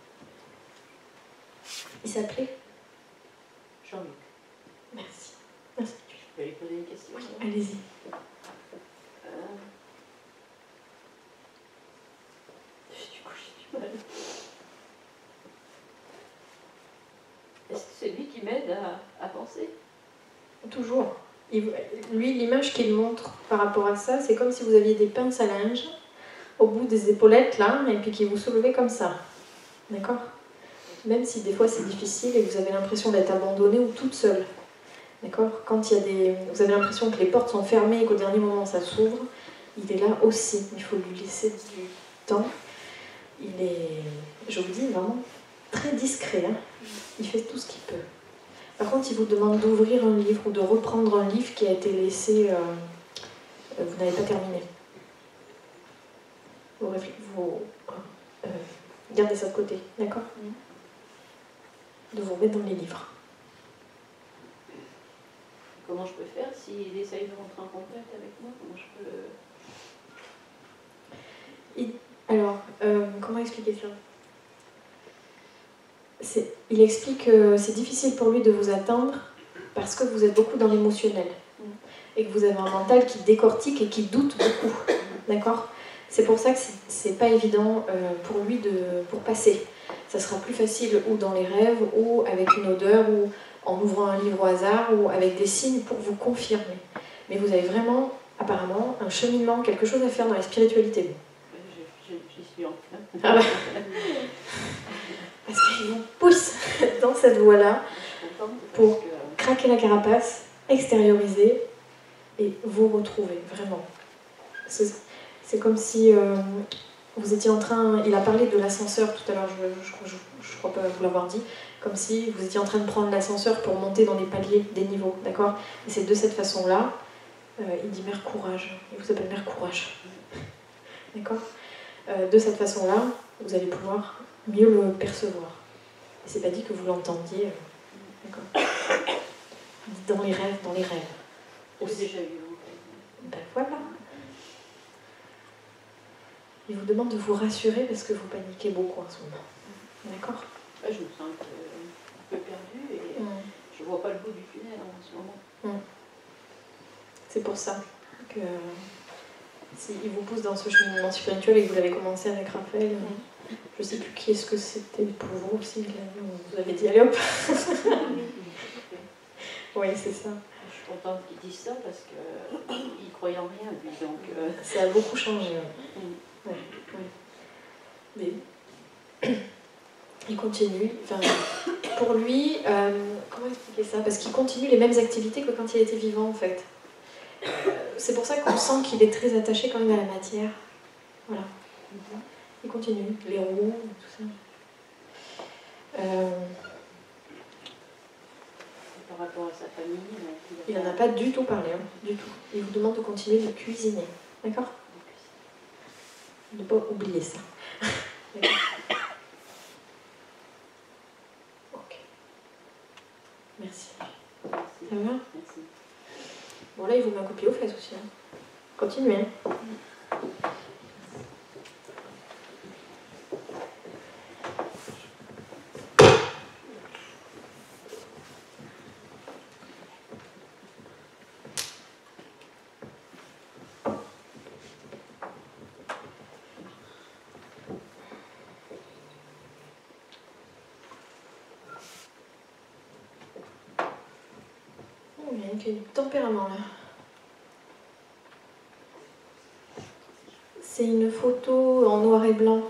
Il s'appelait? Jean-Luc. Merci. Merci. Je vais lui poser une question. Oui, allez-y. Du coup, j'ai du mal. Est-ce que c'est lui qui m'aide à penser? Toujours. Lui, l'image qu'il montre par rapport à ça, c'est comme si vous aviez des pinces à linge au bout des épaulettes, là, et puis qu'il vous soulevait comme ça. D'accord? Même si des fois c'est difficile et que vous avez l'impression d'être abandonnée ou toute seule. D'accord? Quand il y a vous avez l'impression que les portes sont fermées et qu'au dernier moment ça s'ouvre, il est là aussi. Il faut lui laisser du temps. Il est, je vous dis, vraiment très discret. Hein? Il fait tout ce qu'il peut. Par contre, il vous demande d'ouvrir un livre ou de reprendre un livre qui a été laissé... vous n'avez pas terminé. Vous gardez ça de côté, d'accord? De vous remettre dans les livres. Comment je peux faire s'il essaye de rentrer en contact avec moi? Comment je peux... Alors, comment expliquer ça? Il explique que c'est difficile pour lui de vous atteindre parce que vous êtes beaucoup dans l'émotionnel et que vous avez un mental qui décortique et qui doute beaucoup, d'accord? C'est pour ça que c'est pas évident pour lui pour passer. Ça sera plus facile ou dans les rêves ou avec une odeur ou en ouvrant un livre au hasard ou avec des signes pour vous confirmer. Mais vous avez vraiment, apparemment, un cheminement, quelque chose à faire dans la spiritualité. J'y suis en train. Ah bah. Parce qu'il vous pousse dans cette voie-là pour craquer la carapace, extérioriser et vous retrouver, vraiment. C'est comme si vous étiez en train... Il a parlé de l'ascenseur tout à l'heure, je crois pas vous l'avoir dit, comme si vous étiez en train de prendre l'ascenseur pour monter dans les paliers des niveaux, d'accord? Et c'est de cette façon-là, il dit Mère Courage, il vous appelle Mère Courage, d'accord? De cette façon-là, vous allez pouvoir mieux le percevoir. Et c'est pas dit que vous l'entendiez, d'accord? Dans les rêves, J'ai déjà eu. Ben voilà. Il vous demande de vous rassurer parce que vous paniquez beaucoup en ce moment. D'accord? Je me sens un peu perdue et je vois pas le bout du tunnel en ce moment. C'est pour ça que s'il vous pousse dans ce cheminement spirituel et que vous l'avez commencé avec Raphaël, je sais plus qui est-ce que c'était pour vous aussi, vous avez dit allez hop. Oui, c'est ça. Je suis content qu'il dise ça parce qu'il croyait en rien, lui. Donc, Ça a beaucoup changé. Ouais. Mais il continue. Enfin, pour lui, comment expliquer ça? Parce qu'il continue les mêmes activités que quand il était vivant, en fait. C'est pour ça qu'on sent qu'il est très attaché quand même à la matière. Voilà. Il continue. Les roues, tout ça. par rapport à sa famille, Il n'en a pas du tout parlé, hein, du tout. Il vous demande de continuer de cuisiner. D'accord? Ne pas oublier ça. D'accord. Ok. Merci. Merci. Ça va? Merci. Bon, là, il vous met un coup de pied aux fesses aussi. Hein. Continuez. Hein. Il y a du tempérament là. C'est une photo en noir et blanc.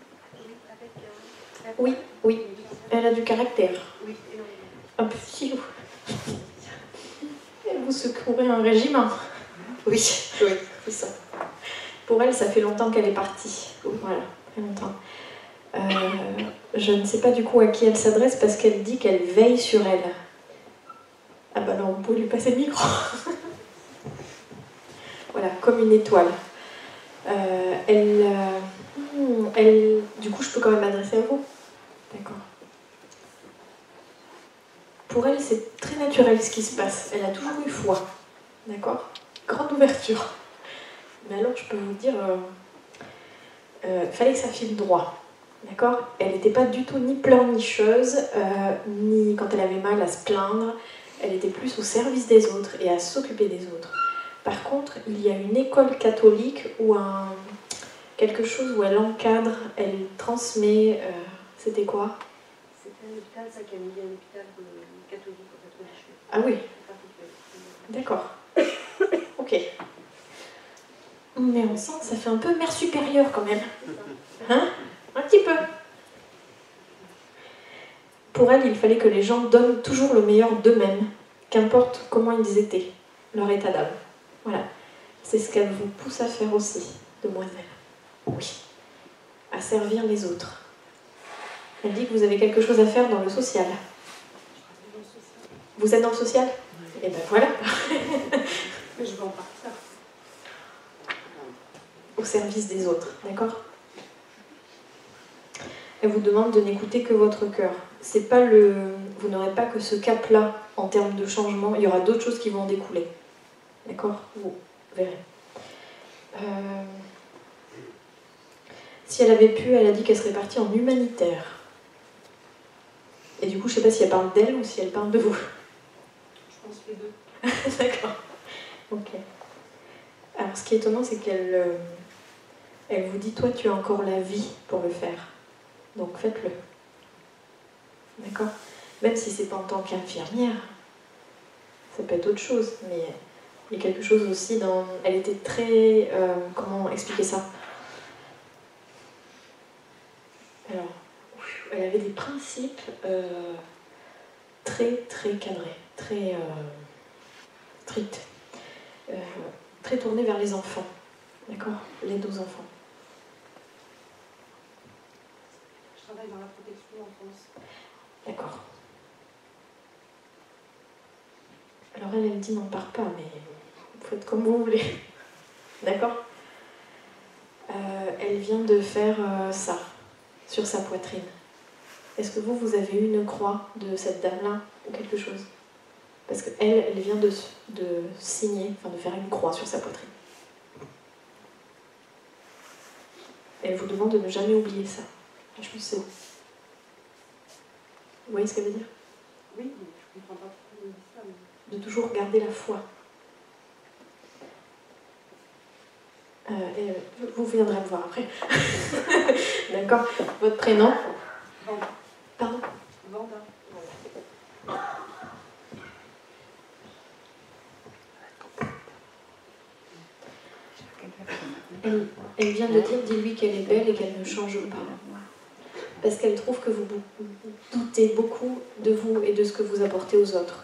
Oui, oui. Elle a du caractère. Un petit loup. Elle vous secourez un régiment. Oui, oui, c'est ça. Pour elle, ça fait longtemps qu'elle est partie. Voilà, très longtemps. Je ne sais pas du coup à qui elle s'adresse parce qu'elle dit qu'elle veille sur elle. Ah bah non, on peut lui passer le micro. Voilà, comme une étoile. Du coup, je peux quand même m'adresser à vous. D'accord. Pour elle, c'est très naturel ce qui se passe. Elle a toujours eu foi. D'accord? Grande ouverture. Mais alors, je peux vous dire, fallait que ça file droit. D'accord? Elle n'était pas du tout ni pleurnicheuse, ni quand elle avait mal à se plaindre. Elle était plus au service des autres et à s'occuper des autres. Par contre, il y a une école catholique ou quelque chose où elle encadre, elle transmet. C'était quoi? C'était un hôpital, ça qui a mis un hôpital catholique au fait. Ah oui. D'accord. Ok. Mais on sent que ça fait un peu mère supérieure quand même. Hein? Un petit peu. Pour elle, il fallait que les gens donnent toujours le meilleur d'eux-mêmes, qu'importe comment ils étaient, leur état d'âme. Voilà. C'est ce qu'elle vous pousse à faire aussi, demoiselle. Oui. À servir les autres. Elle dit que vous avez quelque chose à faire dans le social. Vous êtes dans le social? Et ben voilà. Mais je vais en partir. Au service des autres, d'accord? Elle vous demande de n'écouter que votre cœur. C'est pas vous n'aurez pas que ce cap-là en termes de changement, il y aura d'autres choses qui vont en découler. D'accord? Vous verrez. Si elle avait pu, elle a dit qu'elle serait partie en humanitaire. Et du coup, je sais pas si elle parle d'elle ou si elle parle de vous. Je pense les deux. D'accord. Ok. Alors, ce qui est étonnant, c'est qu'elle elle vous dit, toi, tu as encore la vie pour le faire. Donc, faites-le. D'accord? Même si c'est pas en tant qu'infirmière, ça peut être autre chose, mais il y a quelque chose aussi dans... Elle était très... comment expliquer ça? Alors, elle avait des principes très, très cadrés, très stricts, très tournés vers les enfants. D'accord? L'aide aux enfants. Je travaille dans la protection en France. D'accord. Alors elle dit n'en part pas, mais vous faites comme vous voulez. D'accord? Elle vient de faire ça, sur sa poitrine. Est-ce que vous avez eu une croix de cette dame-là, ou quelque chose? Parce qu'elle vient de signer, enfin de faire une croix sur sa poitrine. Elle vous demande de ne jamais oublier ça. Je pense que c'est... Vous voyez ce qu'elle veut dire? Oui, mais je ne comprends pas pourquoi il me dit ça. Mais... De toujours garder la foi. Et vous viendrez me voir après. D'accord? Votre prénom? Vanda. Pardon? Vanda. qu'elle est belle et qu'elle ne change pas. Parce qu'elle trouve que vous doutez beaucoup de vous et de ce que vous apportez aux autres.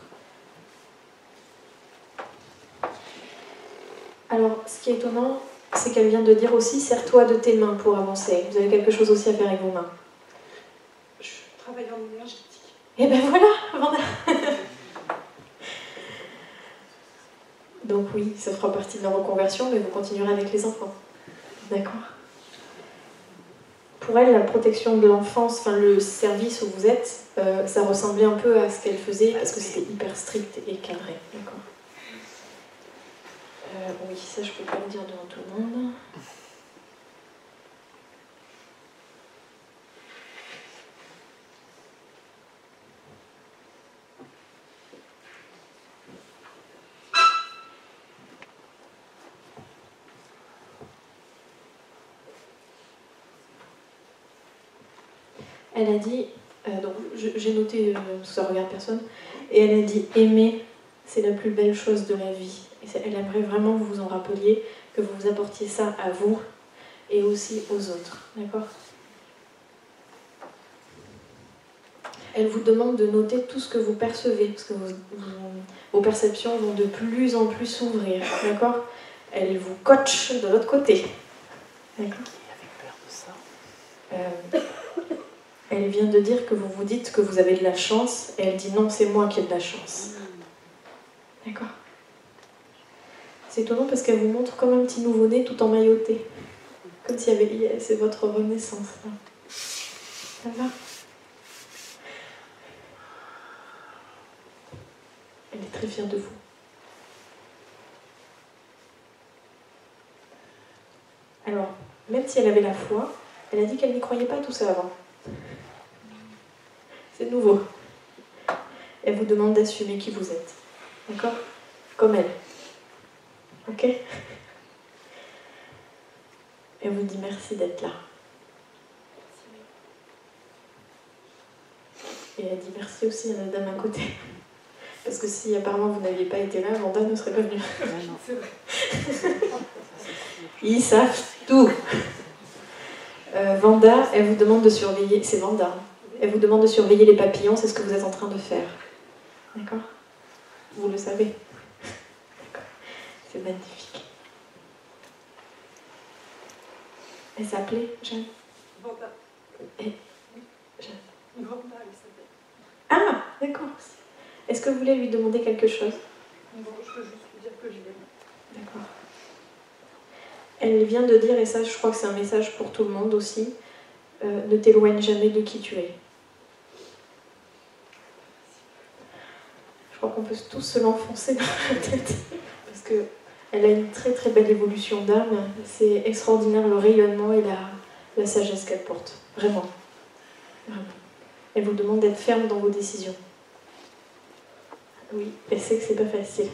Alors, ce qui est étonnant, c'est qu'elle vient de dire aussi, serre-toi de tes mains pour avancer. Vous avez quelque chose aussi à faire avec vos mains. Je travaille en énergétique. Et ben voilà, Vanda. Donc oui, ça fera partie de la reconversion, mais vous continuerez avec les enfants. D'accord. Pour elle, la protection de l'enfance, enfin le service où vous êtes, ça ressemblait un peu à ce qu'elle faisait, parce que c'était hyper strict et cadré. D'accord. Oui, ça je peux pas le dire devant tout le monde. Elle a dit, donc j'ai noté, ça regarde personne, et elle a dit aimer, c'est la plus belle chose de la vie. Et elle aimerait vraiment que vous vous en rappeliez, que vous vous apportiez ça à vous et aussi aux autres. D'accord ? Elle vous demande de noter tout ce que vous percevez, parce que vos perceptions vont de plus en plus s'ouvrir. D'accord ? Elle vous coach de l'autre côté. D'accord ? Qui avait peur de ça? Elle vient de dire que vous vous dites que vous avez de la chance, et elle dit non, c'est moi qui ai de la chance. D'accord ? C'est étonnant parce qu'elle vous montre comme un petit nouveau-né tout emmailloté. Comme s'il y avait... C'est votre renaissance. Là. Ça va ? Elle est très fière de vous. Alors, même si elle avait la foi, elle a dit qu'elle n'y croyait pas tout ça avant. C'est nouveau. Elle vous demande d'assumer qui vous êtes. D'accord ? Comme elle. Ok ? Elle vous dit merci d'être là. Et elle dit merci aussi à la dame à côté. Parce que si apparemment vous n'aviez pas été là, Vanda ne serait pas venue. C'est vrai. Ils savent tout. Vanda, elle vous demande de surveiller... C'est Vanda. Elle vous demande de surveiller les papillons, c'est ce que vous êtes en train de faire. D'accord ? Vous le savez. D'accord. C'est magnifique. Elle s'appelait Jeanne. Vanda. Et... Jeanne. Vanda, elle s'appelle. Ah, d'accord. Est-ce que vous voulez lui demander quelque chose ? Bon, je peux juste lui dire que je l'aime. D'accord. Elle vient de dire, et ça je crois que c'est un message pour tout le monde aussi, ne t'éloigne jamais de qui tu es. Je crois qu'on peut tous se l'enfoncer dans la tête. Parce qu'elle a une très très belle évolution d'âme. C'est extraordinaire le rayonnement et la sagesse qu'elle porte. Vraiment. Vraiment. Elle vous demande d'être ferme dans vos décisions. Oui, elle sait que c'est pas facile.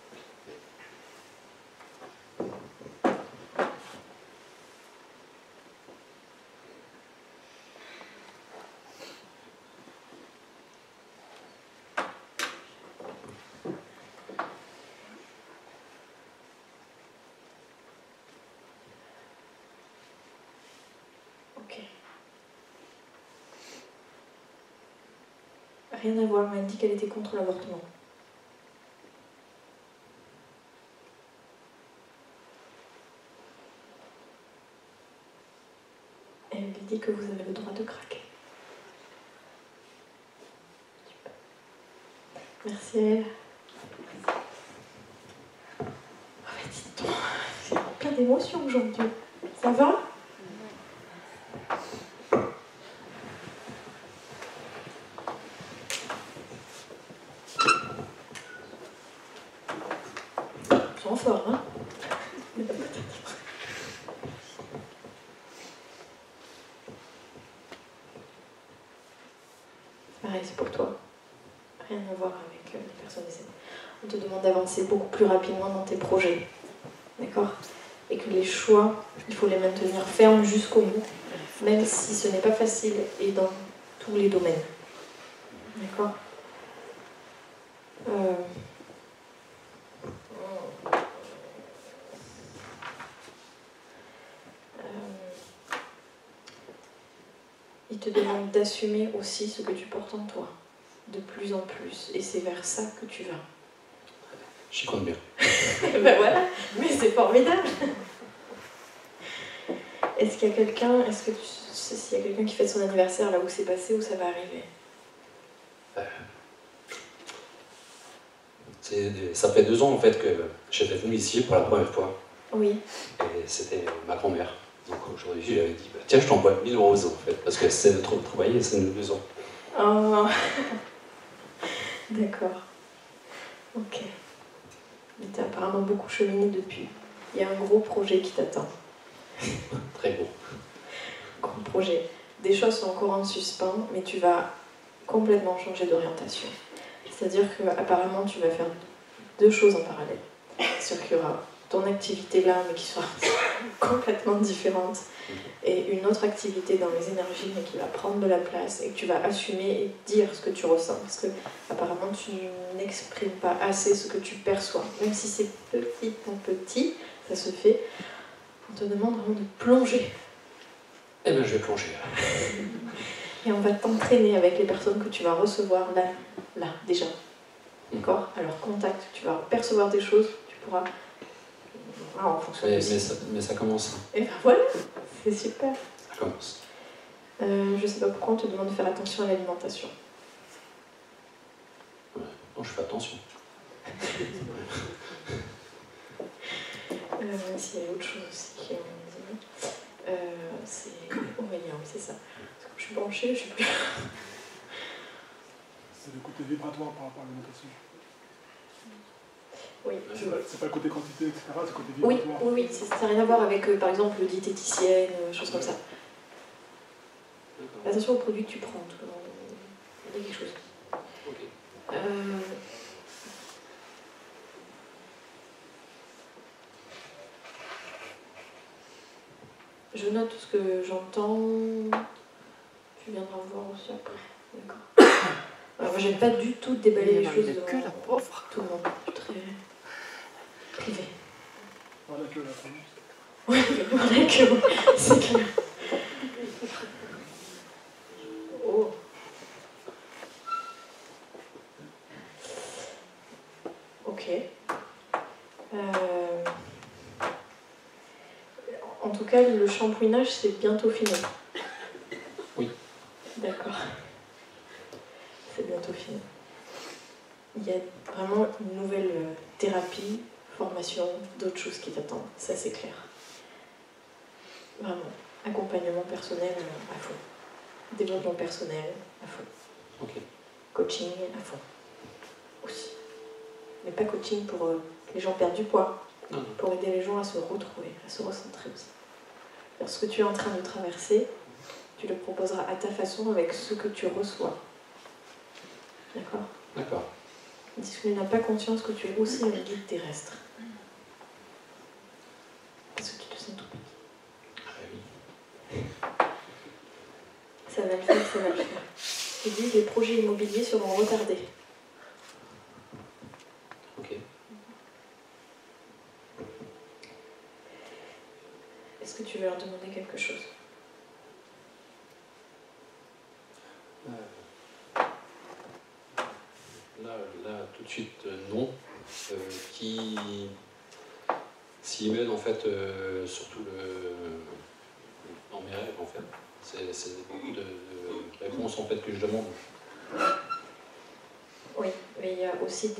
Ok. Rien à voir, mais elle dit qu'elle était contre l'avortement. Elle lui dit que vous avez le droit de craquer. Merci à elle. Oh, mais dis donc, j'ai plein d'émotions aujourd'hui. Ça va ? Ils sont forts, hein ? Pareil, c'est pour toi. Rien à voir avec les personnes décédées. On te demande d'avancer beaucoup plus rapidement dans tes projets. D'accord ? Et que les choix, il faut les maintenir fermes jusqu'au bout, même si ce n'est pas facile et dans tous les domaines. D'accord ? il te demande d'assumer aussi ce que tu portes en toi, de plus en plus. Et c'est vers ça que tu vas. J'y compte bien. Ben voilà, mais c'est formidable. Est-ce qu'il y a quelqu'un, est-ce que tu sais s'il y a quelqu'un qui fête son anniversaire là où c'est passé, où ça va arriver? Ça fait 2 ans en fait que j'étais venu ici pour la première fois. Oui. Et c'était ma grand-mère. Donc aujourd'hui, je lui avais dit, bah, tiens, je t'envoie 1000 roses en fait, parce que c'est de trop travailler et c'est de 2 ans. Oh. D'accord. Ok. Mais t'as apparemment beaucoup cheminé depuis. Il y a un gros projet qui t'attend. Très beau. Gros projet. Des choses sont encore en suspens, mais tu vas complètement changer d'orientation. C'est-à-dire que apparemment tu vas faire 2 choses en parallèle. C'est-à-dire qu'il y aura ton activité là, mais qui sera complètement différente, et une autre activité dans les énergies, mais qui va prendre de la place, et que tu vas assumer et dire ce que tu ressens, parce que apparemment tu n'exprimes pas assez ce que tu perçois. Même si c'est petit à petit, ça se fait. On te demande vraiment de plonger. Eh bien, je vais plonger. Et on va t'entraîner avec les personnes que tu vas recevoir là, déjà. D'accord? Alors, contact, tu vas percevoir des choses, tu pourras... en fonction Mais ça commence. Et ben voilà, c'est super. Ça commence. Je sais pas pourquoi on te demande de faire attention à l'alimentation. Ouais. Non, je fais attention. S'il y a autre chose aussi qui est dit, c'est Aurélien, c'est ça. Parce que je suis branchée, je sais plus. C'est le côté vibratoire par rapport à l'alimentation. Oui. C'est pas le côté quantité, etc. C'est le côté Oui, vibratoire. oui, ça n'a rien à voir avec, par exemple, diététicienne, choses comme ça. Attention aux produits que tu prends. Il y a quelque chose. Ok. Je note ce que j'entends. Tu viendras voir aussi après. D'accord. Alors, moi, j'aime pas du tout déballer les choses devant que la pauvre. tout le monde. Je suis très privée. Voilà que la fameuse. Oui, voilà que c'est clair. Oh. Ok. En tout cas, le shampouinage, c'est bientôt fini. Oui. D'accord. C'est bientôt fini. Il y a vraiment une nouvelle thérapie, formation, d'autres choses qui t'attendent. Ça, c'est clair. Vraiment. Accompagnement personnel à fond. Développement personnel à fond. Ok. Coaching à fond. Aussi. Mais pas coaching pour que les gens perdent du poids. Non. Pour aider les gens à se retrouver, à se recentrer aussi. Alors, ce que tu es en train de traverser, tu le proposeras à ta façon avec ce que tu reçois. D'accord? D'accord. Dis que tu n'as pas conscience que tu es aussi un guide terrestre. Parce que tu te sens tout petit. Ah oui. Ça va le faire, ça va le faire. Tu dis les projets immobiliers seront retardés. Ok. Est-ce que tu veux leur demander quelque chose? Là, tout de suite, non. Qui s'y mène en fait, surtout dans mes rêves en fait. C'est beaucoup de réponses en fait que je demande. Oui, mais il y a aussi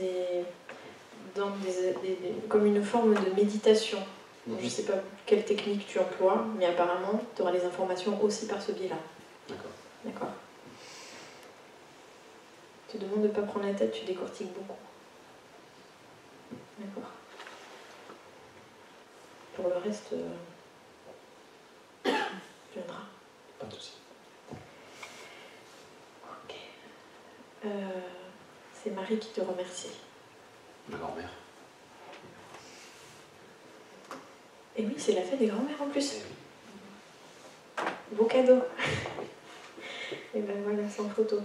comme une forme de méditation. Je ne sais pas quelle technique tu emploies, mais apparemment, tu auras les informations aussi par ce biais-là. D'accord. D'accord. Tu te demandes de ne pas prendre la tête, tu décortiques beaucoup. D'accord. Pour le reste, tu viendras. Pas de souci. Ok. C'est Marie qui te remercie. Ma grand-mère. Et oui, c'est la fête des grands-mères en plus. Eh oui. Beau cadeau. Et ben voilà, sans photo.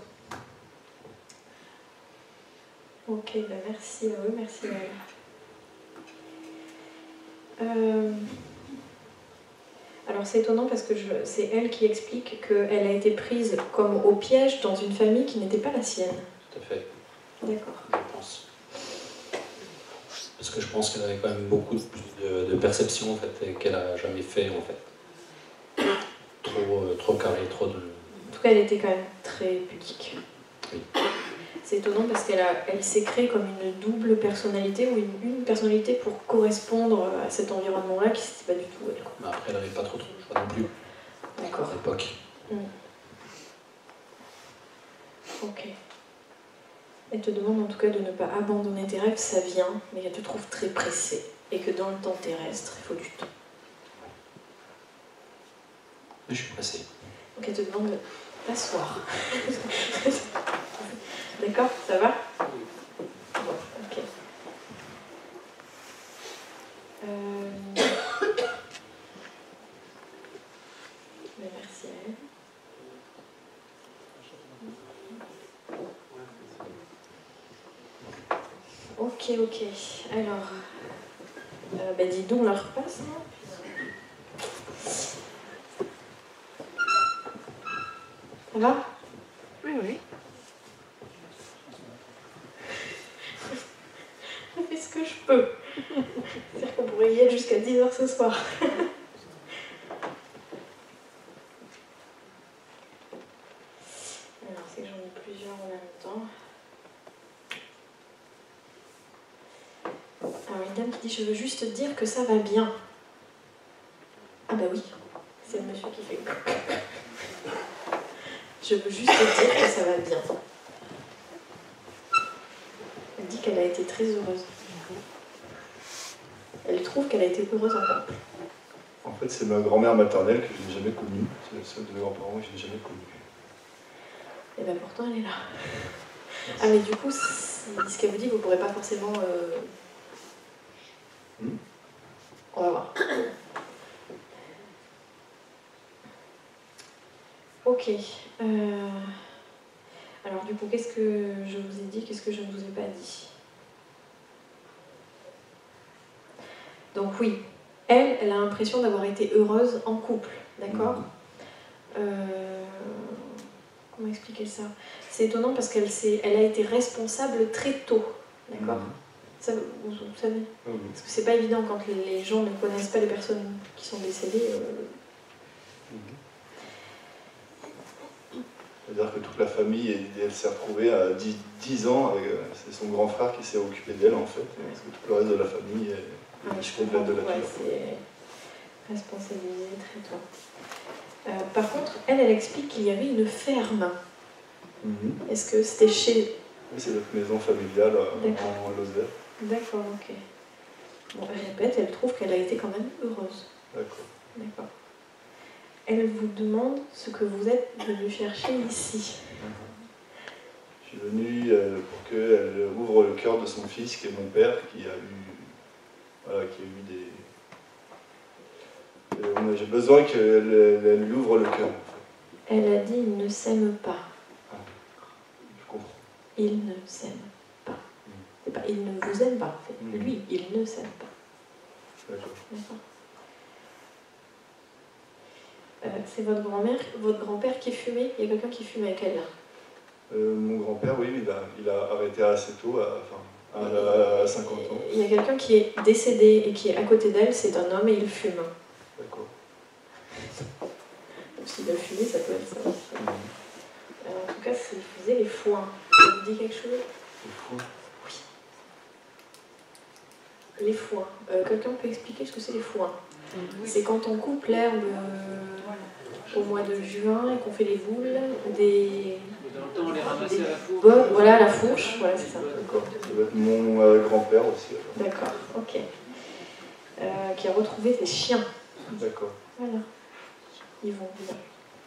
Ok, ben merci à eux, merci à eux. Alors c'est étonnant parce que c'est elle qui explique qu'elle a été prise comme au piège dans une famille qui n'était pas la sienne. Tout à fait, D'accord. je pense. Parce que je pense qu'elle avait quand même beaucoup de perception en fait, et qu'elle n'a jamais fait en fait. Trop carré, trop de... En tout cas, elle était quand même très pudique. Oui. C'est étonnant parce qu'elle s'est créée comme une double personnalité ou une personnalité pour correspondre à cet environnement-là qui n'était pas du tout elle. Mais après, elle n'avait pas trop de choix non plus D'accord. à l'époque. Ok. Elle te demande en tout cas de ne pas abandonner tes rêves, ça vient, mais elle te trouve très pressée. Et que dans le temps terrestre, il faut du temps. Mais je suis pressé. Donc elle te demande de t'asseoir. D'accord, ça va? Bon, ok. Mais merci à elle. Ok, ok. Alors, dis donc, on leur passe, hein. Ça va? Oui, oui. Je fais ce que je peux. C'est-à-dire qu'on pourrait y être jusqu'à 10h ce soir. Alors, c'est que j'en ai plusieurs en même temps. Alors, une dame qui dit « Je veux juste te dire que ça va bien ». Ah bah oui, c'est le monsieur qui fait « Je veux juste te dire que ça va bien ». Elle dit qu'elle a été très heureuse. Elle trouve qu'elle a été heureuse en couple. En fait, c'est ma grand-mère maternelle que je n'ai jamais connue. C'est le seul de mes grands-parents que je n'ai jamais connu. Et bien pourtant, elle est là. Ah mais du coup, ce qu'elle vous dit, vous ne pourrez pas forcément... On va voir. Ok. Alors du coup, qu'est-ce que je vous ai dit, qu'est-ce que je ne vous ai pas dit? Donc oui, elle a l'impression d'avoir été heureuse en couple, d'accord? Comment expliquer ça? C'est étonnant parce qu'elle a été responsable très tôt, d'accord? Ça, vous savez? Parce que c'est pas évident quand les gens ne connaissent pas les personnes qui sont décédées. C'est-à-dire que toute la famille, elle s'est retrouvée à 10 ans, c'est son grand frère qui s'est occupé d'elle en fait, parce que tout le reste de la famille est occupé de la nature. C'est responsabilisé très tôt. Par contre, elle explique qu'il y avait une ferme. Est-ce que c'était chez... Oui, c'est notre maison familiale en Lozère. D'accord, ok. Bon, elle répète, elle trouve qu'elle a été quand même heureuse. D'accord. D'accord. Elle vous demande ce que vous êtes venu chercher ici. Je suis venu pour qu'elle ouvre le cœur de son fils, qui est mon père, qui a eu des... j'ai besoin qu'elle lui ouvre le cœur. En fait. Elle a dit, il ne s'aime pas. Je comprends. Il ne s'aime pas. C'est pas, il ne vous aime pas, en fait. Lui, il ne s'aime pas. D'accord. C'est votre grand-mère, votre grand-père qui fumait? Il y a quelqu'un qui fume avec elle là? Mon grand-père, oui, il a arrêté assez tôt, à 50 ans. Il y a quelqu'un qui est décédé et qui est à côté d'elle, c'est un homme et il fume. D'accord. Donc s'il a fumé, ça peut être ça aussi. En tout cas, s'il faisait les foins, ça vous dit quelque chose? Les foins? Oui. Les foins. Quelqu'un peut expliquer ce que c'est les foins? C'est quand on coupe l'herbe au mois de juin et qu'on fait les boules, des bottes, voilà, la fourche, voilà, c'est ça. D'accord. Ça va être mon grand-père aussi. D'accord, ok. Qui a retrouvé des chiens. D'accord. Voilà. Ils vont bien.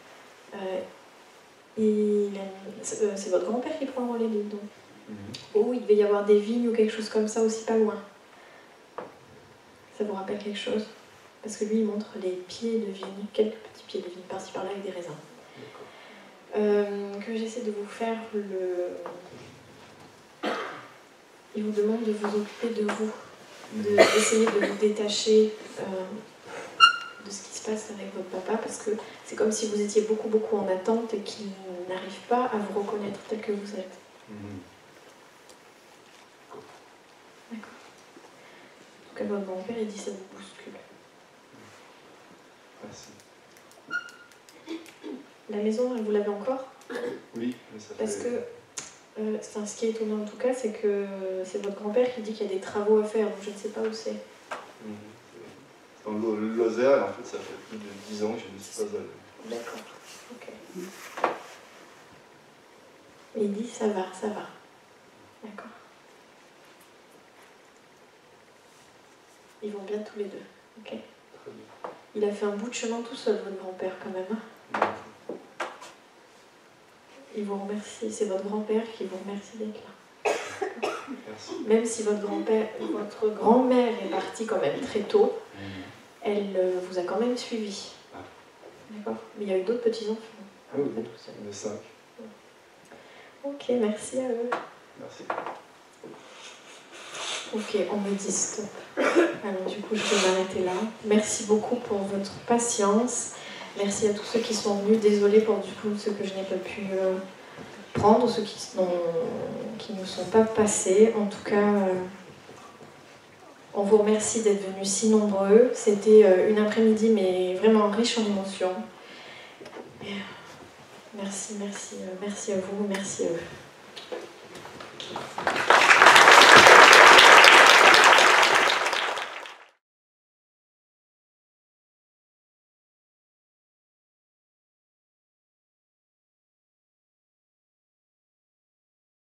C'est votre grand-père qui prend le relais, donc. Oh, il devait y avoir des vignes ou quelque chose comme ça aussi pas loin. Ça vous rappelle quelque chose? Parce que lui, il montre les pieds de vigne, quelques petits pieds de vigne par-ci par-là avec des raisins. Que j'essaie de vous faire Il vous demande de vous occuper de vous, d'essayer de vous détacher de ce qui se passe avec votre papa, parce que c'est comme si vous étiez beaucoup, beaucoup en attente et qu'il n'arrive pas à vous reconnaître tel que vous êtes. D'accord. En tout cas, votre grand-père, il dit ça vous bouscule. Merci. La maison, vous l'avez encore? Oui, mais ça Parce fait... que ce qui est étonnant en tout cas, c'est que c'est votre grand-père qui dit qu'il y a des travaux à faire, donc je ne sais pas où c'est. C'est dans le Lozère, et en fait, ça fait plus de 10 ans que je ne suis pas allé. D'accord, ok. Et il dit ça va, ça va. D'accord. Ils vont bien tous les deux, ok. Très bien. Il a fait un bout de chemin tout seul, votre grand-père, quand même. Hein. Il vous remercie, c'est votre grand-père qui vous remercie d'être là. Merci. Même si votre grand-mère est partie quand même très tôt, elle vous a quand même suivi. D'accord. Mais il y a eu d'autres petits-enfants. Ah oui, on est 5. Ok, merci à eux. Merci. Ok, on me dit stop. Alors du coup, je vais m'arrêter là. Merci beaucoup pour votre patience. Merci à tous ceux qui sont venus. Désolée pour du coup ceux que je n'ai pas pu prendre, ceux qui ne sont pas passés. En tout cas, on vous remercie d'être venus si nombreux. C'était une après-midi, mais vraiment riche en émotions. Merci, merci, merci à vous, merci à eux.